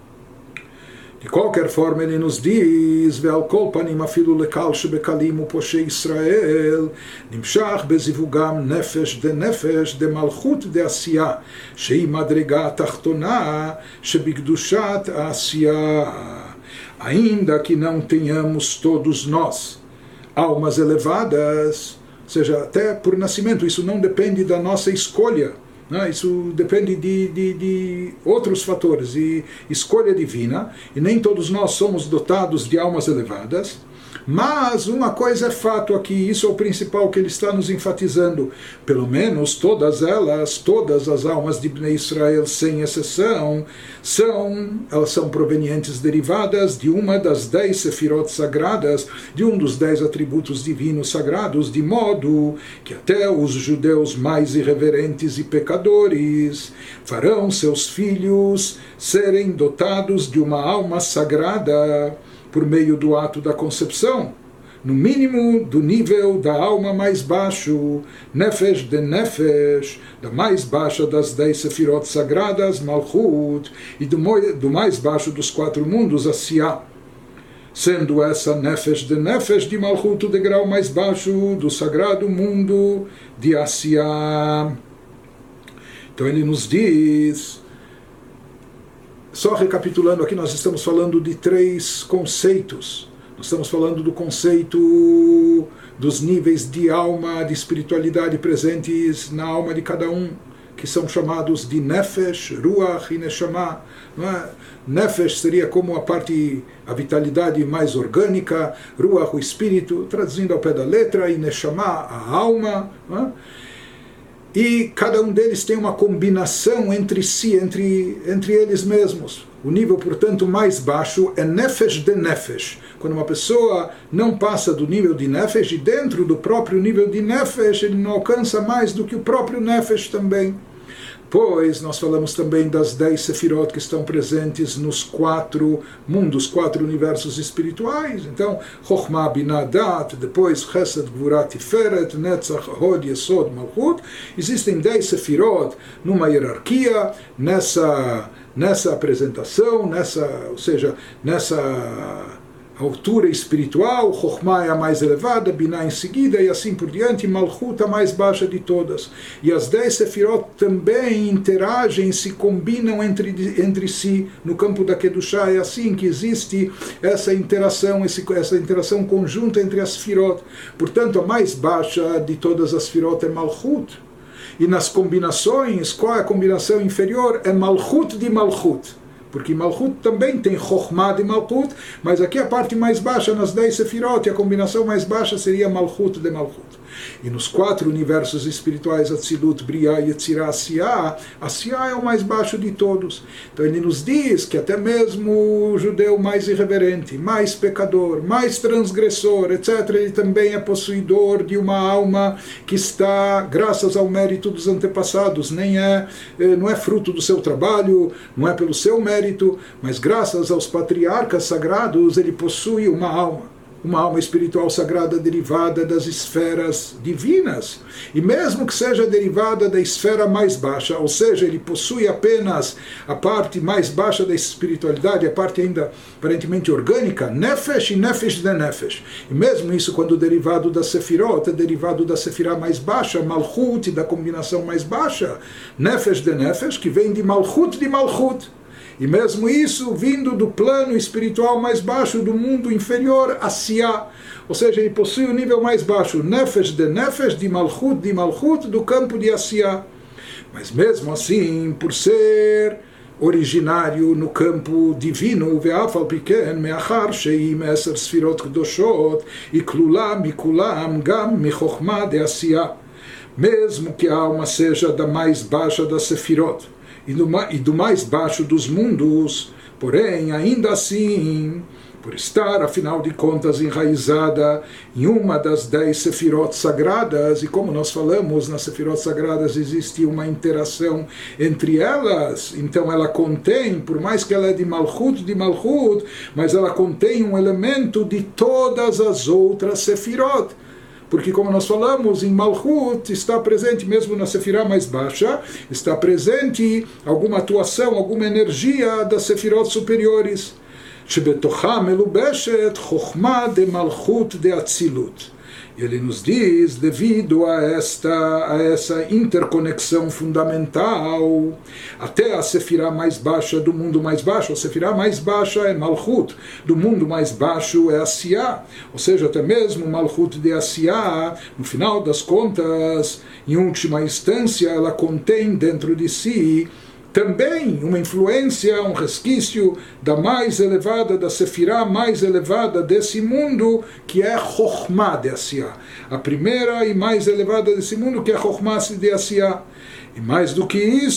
De qualquer forma, ele nos diz: Ve'al kol panim afilu lekal shebekalim uposhei Israel nimshach bezivugam nefesh de malchut de asiyah shei madrega tachtona shebigdushat asiyah. Ainda que não tenhamos todos nós almas elevadas, ou seja, até por nascimento, isso não depende da nossa escolha. Isso depende de outros fatores, e escolha divina, e nem todos nós somos dotados de almas elevadas. Mas uma coisa é fato aqui, isso é o principal que ele está nos enfatizando: pelo menos todas as almas de Bnei Israel, sem exceção, elas são provenientes, derivadas de uma das 10 sefirot sagradas, de um dos 10 atributos divinos sagrados, de modo que até os judeus mais irreverentes e pecadores farão seus filhos serem dotados de uma alma sagrada por meio do ato da concepção, no mínimo do nível da alma mais baixo, Nefesh de Nefesh, da mais baixa das 10 sefirot sagradas, Malchut, e do mais baixo dos 4 mundos, Asiyah, sendo essa Nefesh de Malchut o degrau mais baixo do sagrado mundo de Asiyah. Então ele nos diz, só recapitulando aqui, nós estamos falando de 3 conceitos. Nós estamos falando do conceito dos níveis de alma, de espiritualidade presentes na alma de cada um, que são chamados de Nefesh, Ruach e Neshama. Não é? Nefesh seria como a vitalidade mais orgânica, Ruach, o espírito, traduzindo ao pé da letra, e Neshama, a alma. Não é? E cada um deles tem uma combinação entre si, entre eles mesmos. O nível, portanto, mais baixo é Nefesh de Nefesh. Quando uma pessoa não passa do nível de Nefesh, e dentro do próprio nível de Nefesh, ele não alcança mais do que o próprio Nefesh também. Pois nós falamos também das 10 sefirot que estão presentes nos 4 mundos, 4 universos espirituais. Então, Chokhmah, Binah, Dat, depois Chesed, Gvurah, Tiferet, Netzach, Hod, Yesod, Malchut. Existem 10 sefirot numa hierarquia, nessa apresentação, ou seja, nessa altura espiritual. Chokhmah é a mais elevada, Binah em seguida, e assim por diante. Malchut a mais baixa de todas. E as 10 sefirot também interagem, se combinam entre si no campo da Kedushá. É assim que existe essa interação conjunta entre as sefirot. Portanto, a mais baixa de todas as sefirot é Malchut. E nas combinações, qual é a combinação inferior? É Malchut de Malchut. Porque Malchut também tem Chokhmah de Malchut, mas aqui a parte mais baixa, nas 10 sefirot, a combinação mais baixa seria Malchut de Malchut. E nos 4 universos espirituais, Atzilut, Briah, Yetzirah, Asiyah, Asiyah é o mais baixo de todos. Então ele nos diz que até mesmo o judeu mais irreverente, mais pecador, mais transgressor, etc., ele também é possuidor de uma alma que está, graças ao mérito dos antepassados, não é fruto do seu trabalho, não é pelo seu mérito, mas graças aos patriarcas sagrados ele possui uma alma espiritual sagrada derivada das esferas divinas, e mesmo que seja derivada da esfera mais baixa, ou seja, ele possui apenas a parte mais baixa da espiritualidade, a parte ainda aparentemente orgânica, Nefesh e Nefesh de Nefesh. E mesmo isso, quando derivado da Sefirot, é derivado da Sefirah mais baixa, Malchut, da combinação mais baixa, Nefesh de Nefesh, que vem de Malchut de Malchut. E mesmo isso vindo do plano espiritual mais baixo, do mundo inferior, Asiyah. Ou seja, ele possui o nível mais baixo, Nefesh, de Malchut, do campo de Asiyah. Mas mesmo assim, por ser originário no campo divino, ve'af al piken me'achar she'im 10 sfirot kedoshot iklula mikulam gam michokhma de asiyah, mesmo que a alma seja da mais baixa das sefirot e do mais baixo dos mundos, porém, ainda assim, por estar, afinal de contas, enraizada em uma das 10 sefirot sagradas, e como nós falamos, nas sefirot sagradas existe uma interação entre elas, então ela contém, por mais que ela é de Malchut, mas ela contém um elemento de todas as outras sefirot. Porque, como nós falamos, em Malchut está presente, mesmo na sefirá mais baixa, está presente alguma atuação, alguma energia das sefirot superiores. שבתוכה מלובשת חוכמה דמלכות דאצילות. Ele nos diz, devido a essa interconexão fundamental, até a sefirá mais baixa do mundo mais baixo, a sefirá mais baixa é Malchut, do mundo mais baixo é Asiyah, ou seja, até mesmo Malchut de Asiyah, no final das contas, em última instância, ela contém dentro de si também uma influência, um resquício da mais elevada, da sefirá mais elevada desse mundo, que é Chokhmah de Asiyah. A primeira e mais elevada desse mundo, que é Chokhmah de Asiyah. E mais do que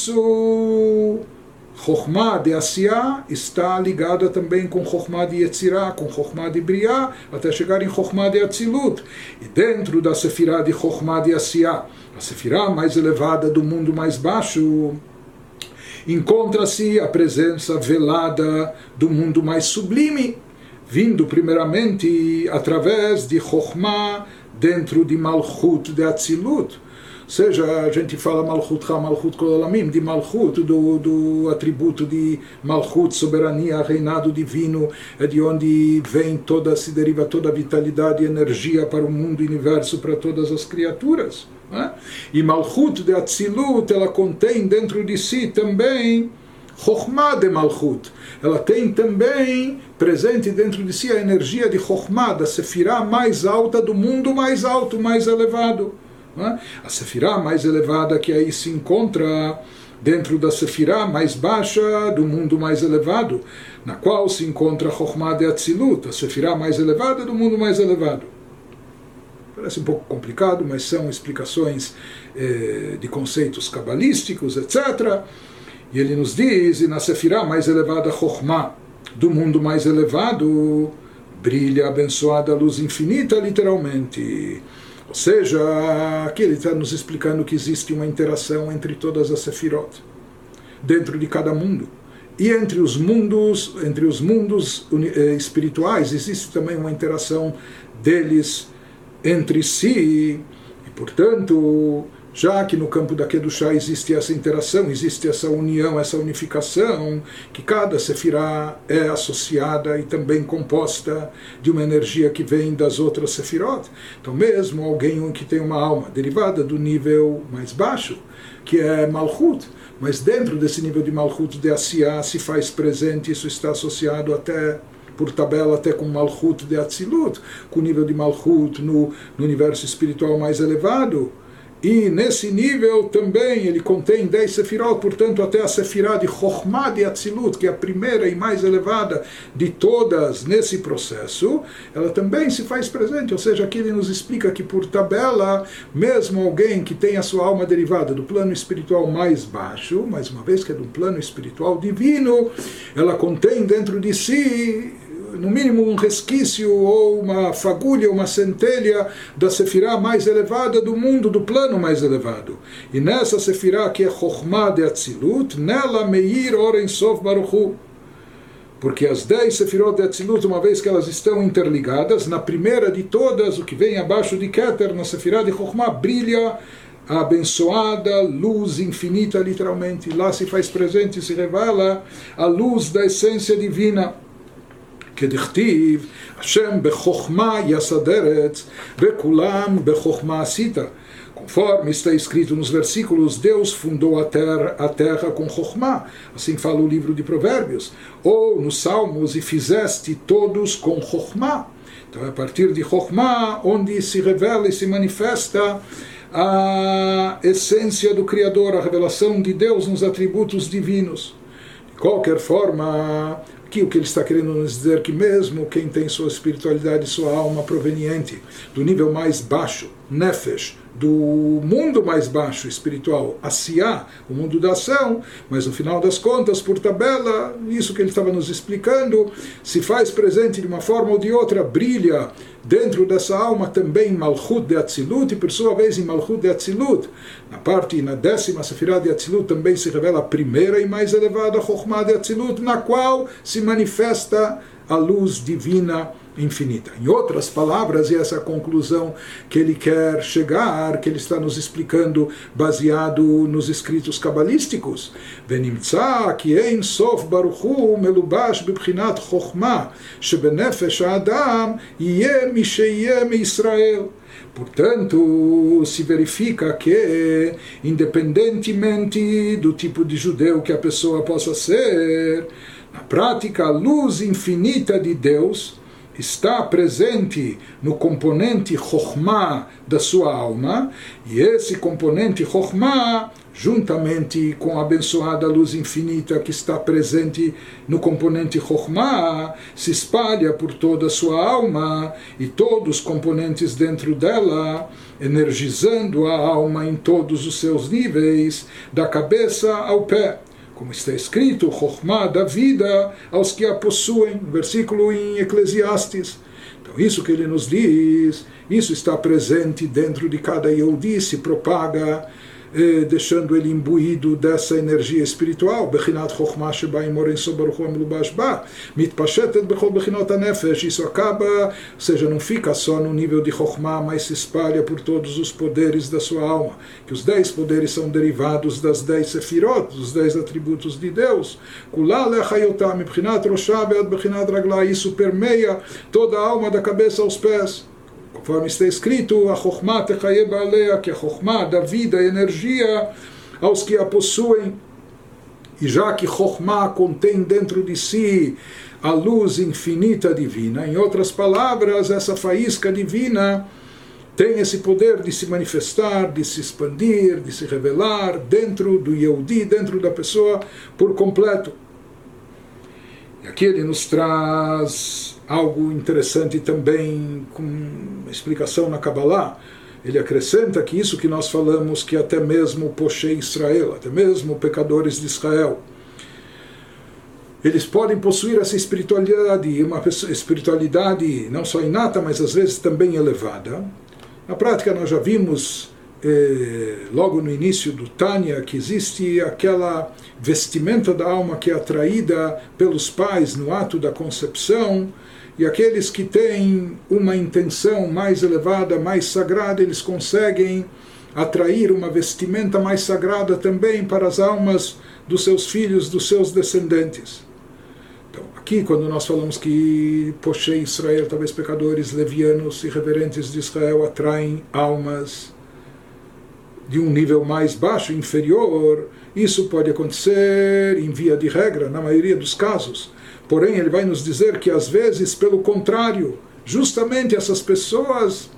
isso, Chokhmah de Asiyah está ligada também com Chokhmah de Yetzirah, com Chokhmah de Briah, até chegar em Chokhmah de Atzilut. E dentro da sefirá de Chokhmah de Asiyah, a sefirá mais elevada do mundo mais baixo, encontra-se a presença velada do mundo mais sublime, vindo primeiramente através de Chokhmah dentro de Malchut de Atzilut. Ou seja, a gente fala Malchut Ha, Malchut Kol Olamim, de Malchut, do atributo de Malchut, soberania, reinado divino, é de onde se deriva toda a vitalidade e energia para o mundo e universo, para todas as criaturas. E Malchut de Atzilut, ela contém dentro de si também Chokhmah de Malchut. Ela tem também presente dentro de si a energia de Chokhmah, da sefirá mais alta do mundo mais alto, mais elevado. A sefirá mais elevada que aí se encontra dentro da sefirá mais baixa do mundo mais elevado, na qual se encontra Chokhmah de Atzilut, a sefirá mais elevada do mundo mais elevado. Parece um pouco complicado, mas são explicações de conceitos cabalísticos, etc. E ele nos diz, e na sefirá mais elevada Chokhmah do mundo mais elevado, brilha a abençoada luz infinita, literalmente. Ou seja, aqui ele está nos explicando que existe uma interação entre todas as sefirot, dentro de cada mundo. E entre os mundos espirituais, existe também uma interação deles entre si. E, portanto, já que no campo da Kedushá existe essa interação, existe essa união, essa unificação, que cada sefirá é associada e também composta de uma energia que vem das outras sefirot. Então mesmo alguém que tem uma alma derivada do nível mais baixo, que é Malchut, mas dentro desse nível de Malchut de Asiyah se faz presente, isso está associado até por tabela até com Malchut de Atzilut, com o nível de Malchut no universo espiritual mais elevado. E nesse nível também ele contém 10 sefirot, portanto até a sefirá de Chokhmah de Atzilut, que é a primeira e mais elevada de todas nesse processo, ela também se faz presente. Ou seja, aqui ele nos explica que por tabela, mesmo alguém que tem a sua alma derivada do plano espiritual mais baixo, mais uma vez que é do plano espiritual divino, ela contém dentro de si no mínimo um resquício ou uma fagulha, uma centelha da sefirá mais elevada do mundo, do plano mais elevado. E nessa sefirá que é Chokhmah de Atzilut, nela Meir Oren Sof Baruch Hu. Porque as 10 sefirot de Atzilut, uma vez que elas estão interligadas, na primeira de todas, o que vem abaixo de Keter, na sefirá de Chokhmah, brilha a abençoada luz infinita, literalmente. Lá se faz presente, se revela a luz da essência divina. כדכתיב, השם בחוכמה יסד ארץ, וכולם בחוכמה עשית. Conforme está escrito nos versículos, Deus fundou a terra com Chokhmah, assim fala o livro de Provérbios, ou nos Salmos, e fizeste todos com Chokhmah. Então é a partir de Chokhmah onde se revela e se manifesta a essência do Criador, a revelação de Deus nos atributos divinos. De qualquer forma, aqui o que ele está querendo nos dizer que mesmo quem tem sua espiritualidade, sua alma proveniente do nível mais baixo, nefesh, do mundo mais baixo espiritual, Asiá, o mundo da ação, mas no final das contas, por tabela, isso que ele estava nos explicando, se faz presente de uma forma ou de outra, brilha dentro dessa alma também Malchut de Atzilut, e por sua vez em Malchut de Atzilut, na 10ª Sefirá de Atzilut também se revela a primeira e mais elevada Chokhmah de Atzilut, na qual se manifesta a luz divina infinita. Em outras palavras, e essa é a conclusão que ele quer chegar, que ele está nos explicando baseado nos escritos cabalísticos. Venimtza ki ein sof baruchu melubash bibchinat chokhmah shebenefesh ha'adam yeh mi sheyeh meIsrael. Portanto, se verifica que, independentemente do tipo de judeu que a pessoa possa ser, na prática, a luz infinita de Deus está presente no componente Chokhmah da sua alma, e esse componente Chokhmah, juntamente com a abençoada luz infinita que está presente no componente Chokhmah, se espalha por toda a sua alma e todos os componentes dentro dela, energizando a alma em todos os seus níveis, da cabeça ao pé. Como está escrito, Chokhmah da vida aos que a possuem, versículo em Eclesiastes. Então isso que ele nos diz, isso está presente dentro de cada Yehudi, se propaga, deixando ele imbuído dessa energia espiritual. Bechinat Chokhmah sheba imor ein sof baruch hu melubash ba mitpashetet bechol bechinot hanefesh. Isso acaba, ou seja, não fica só no nível de Chokhmah, mas se espalha por todos os poderes da sua alma, que os 10 poderes são derivados das 10 sefirot, dos 10 atributos de Deus. Kula lechayotam bechinat roshah be'ad bechinat raglah. Isso permeia toda a alma da cabeça aos pés. Conforme está escrito, a Chokhmah techaye ba'aleha, que a Chokhmah dá vida e energia aos que a possuem. E já que Chokhmah contém dentro de si a luz infinita divina, em outras palavras, essa faísca divina tem esse poder de se manifestar, de se expandir, de se revelar dentro do Yehudi, dentro da pessoa por completo. E aqui ele nos traz algo interessante também, com uma explicação na Kabbalah. Ele acrescenta que isso que nós falamos, que até mesmo Poshei Israel, até mesmo pecadores de Israel, eles podem possuir essa espiritualidade, uma espiritualidade não só inata, mas às vezes também elevada. Na prática nós já vimos logo no início do Tânia que existe aquela vestimenta da alma que é atraída pelos pais no ato da concepção, e aqueles que têm uma intenção mais elevada, mais sagrada, eles conseguem atrair uma vestimenta mais sagrada também para as almas dos seus filhos, dos seus descendentes. Então, aqui quando nós falamos que Poshei Israel, talvez pecadores levianos irreverentes de Israel, atraem almas de um nível mais baixo, inferior, isso pode acontecer em via de regra, na maioria dos casos. Porém, ele vai nos dizer que às vezes, pelo contrário, justamente essas pessoas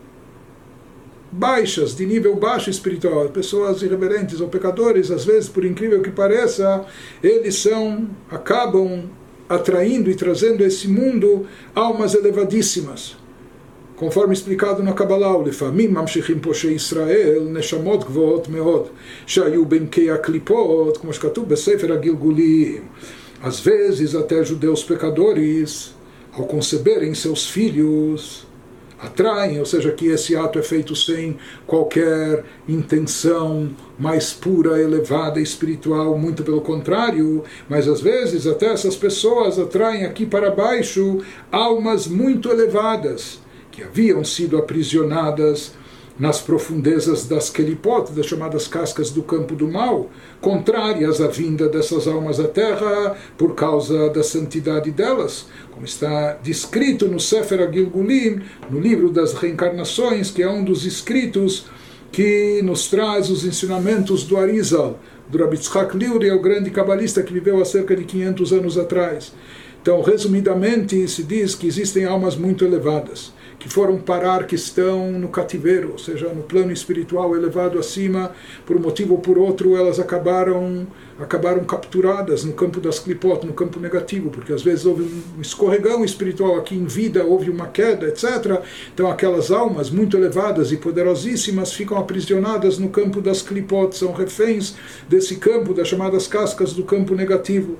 baixas, de nível baixo espiritual, pessoas irreverentes ou pecadores, às vezes, por incrível que pareça, eles acabam atraindo e trazendo a esse mundo almas elevadíssimas. Conforme explicado na Kabbalah, לפעמים ממשיכים פושעי ישראל נשמות גבוהות מאוד שהיו בעמקי הקליפות, כמו שכתוב בספר הגלגולים. Às vezes até judeus pecadores, ao conceberem seus filhos, atraem, ou seja, que esse ato é feito sem qualquer intenção mais pura, elevada, espiritual, muito pelo contrário, mas às vezes até essas pessoas atraem aqui para baixo almas muito elevadas, que haviam sido aprisionadas nas profundezas das kelipot, das chamadas cascas do campo do mal, contrárias à vinda dessas almas à terra por causa da santidade delas, como está descrito no Sefer HaGilgulim, no livro das reencarnações, que é um dos escritos que nos traz os ensinamentos do Arizal, do Rabbi Tzchak Liuri, o grande cabalista que viveu há cerca de 500 anos atrás. Então, resumidamente, se diz que existem almas muito elevadas, que foram parar, que estão no cativeiro, ou seja, no plano espiritual elevado acima, por um motivo ou por outro, elas acabaram capturadas no campo das clipot, no campo negativo, porque às vezes houve um escorregão espiritual aqui em vida, houve uma queda, etc. Então aquelas almas muito elevadas e poderosíssimas ficam aprisionadas no campo das clipot, são reféns desse campo, das chamadas cascas do campo negativo.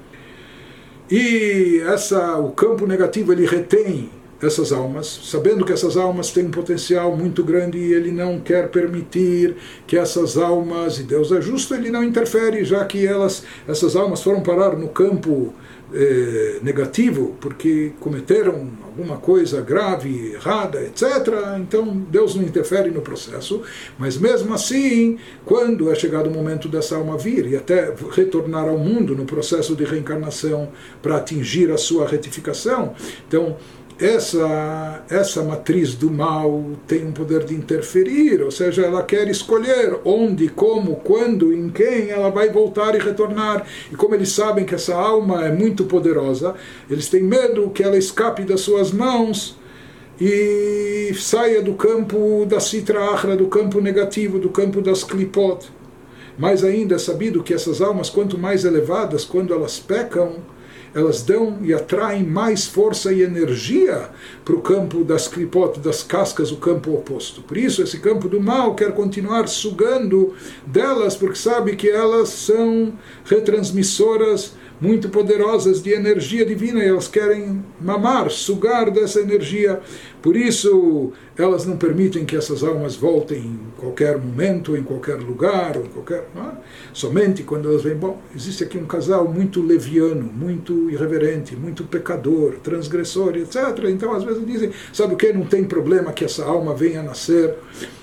E o campo negativo, ele retém essas almas, sabendo que essas almas têm um potencial muito grande, e ele não quer permitir que essas almas, e Deus é justo, ele não interfere, já que essas almas foram parar no campo negativo, porque cometeram alguma coisa grave, errada, etc. Então Deus não interfere no processo, mas mesmo assim, quando é chegado o momento dessa alma vir e até retornar ao mundo no processo de reencarnação para atingir a sua retificação, então essa matriz do mal tem um poder de interferir, ou seja, ela quer escolher onde, como, quando, em quem ela vai voltar e retornar. E como eles sabem que essa alma é muito poderosa, eles têm medo que ela escape das suas mãos e saia do campo da Sitra Achra, do campo negativo, do campo das Klipot. Mais ainda é sabido que essas almas, quanto mais elevadas, quando elas pecam, elas dão e atraem mais força e energia para o campo das clipot, das cascas, o campo oposto. Por isso, esse campo do mal quer continuar sugando delas, porque sabe que elas são retransmissoras muito poderosas de energia divina, e elas querem mamar, sugar dessa energia. Por isso, elas não permitem que essas almas voltem em qualquer momento, em qualquer lugar, ou em qualquer... Somente quando elas veem, bom, existe aqui um casal muito leviano, muito irreverente, muito pecador, transgressor, etc. Então, às vezes dizem, sabe o que? Não tem problema que essa alma venha a nascer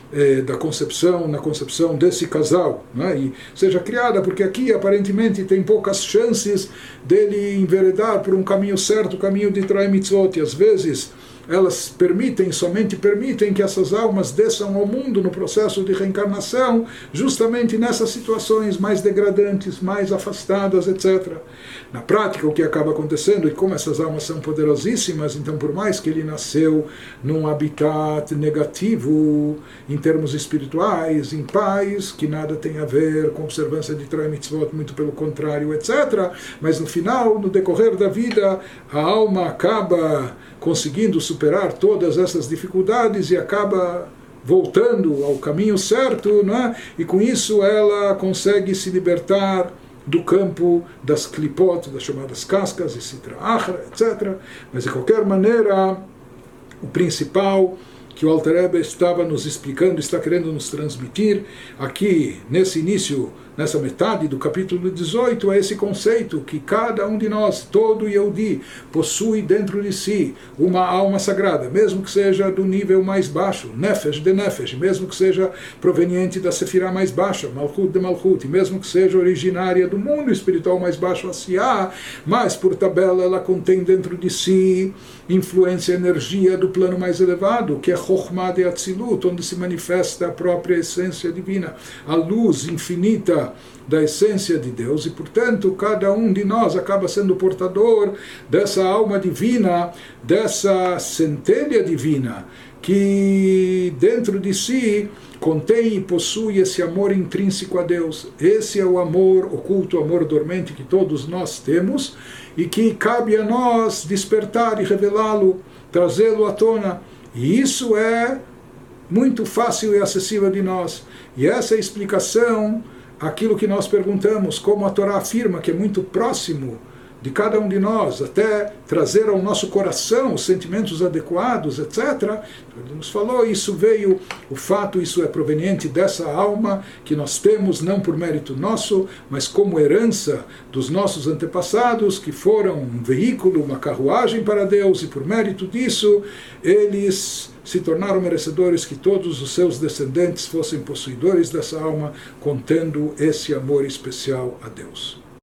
na concepção desse casal, né? E seja criada, porque aqui aparentemente tem poucas chances dele enveredar por um caminho certo, o caminho de Torah e Mitzvot, e às vezes elas somente permitem que essas almas desçam ao mundo no processo de reencarnação, justamente nessas situações mais degradantes, mais afastadas, etc. Na prática, o que acaba acontecendo, e como essas almas são poderosíssimas, então por mais que ele nasceu num habitat negativo, em termos espirituais, em paz, que nada tem a ver com observância de Torah e Mitzvot, muito pelo contrário, etc., mas no final, no decorrer da vida, a alma acaba conseguindo superar todas essas dificuldades e acaba voltando ao caminho certo, não é? E com isso ela consegue se libertar do campo das clipot, das chamadas cascas, e Sitra Achra, etc. Mas de qualquer maneira, o principal que o Alter Rebbe estava nos explicando, está querendo nos transmitir aqui nesse início, nessa metade do capítulo 18, é esse conceito que cada um de nós, todo Yehudi, possui dentro de si uma alma sagrada, mesmo que seja do nível mais baixo, Nefesh de Nefesh, mesmo que seja proveniente da Sefirah mais baixa, Malchut de Malchut, e mesmo que seja originária do mundo espiritual mais baixo, Asiá, mas por tabela ela contém dentro de si influência e energia do plano mais elevado, que é Chokhmah de Atzilut, onde se manifesta a própria essência divina, a luz infinita da essência de Deus, e portanto cada um de nós acaba sendo portador dessa alma divina, dessa centelha divina, que dentro de si contém e possui esse amor intrínseco a Deus. Esse é o amor oculto, o amor dormente que todos nós temos, e que cabe a nós despertar e revelá-lo, trazê-lo à tona. E isso é muito fácil e acessível de nós. E essa é a explicação, aquilo que nós perguntamos, como a Torá afirma que é muito próximo de cada um de nós, até trazer ao nosso coração os sentimentos adequados, etc. Ele nos falou, isso é proveniente dessa alma que nós temos, não por mérito nosso, mas como herança dos nossos antepassados, que foram um veículo, uma carruagem para Deus, e por mérito disso, eles se tornaram merecedores que todos os seus descendentes fossem possuidores dessa alma, contendo esse amor especial a Deus.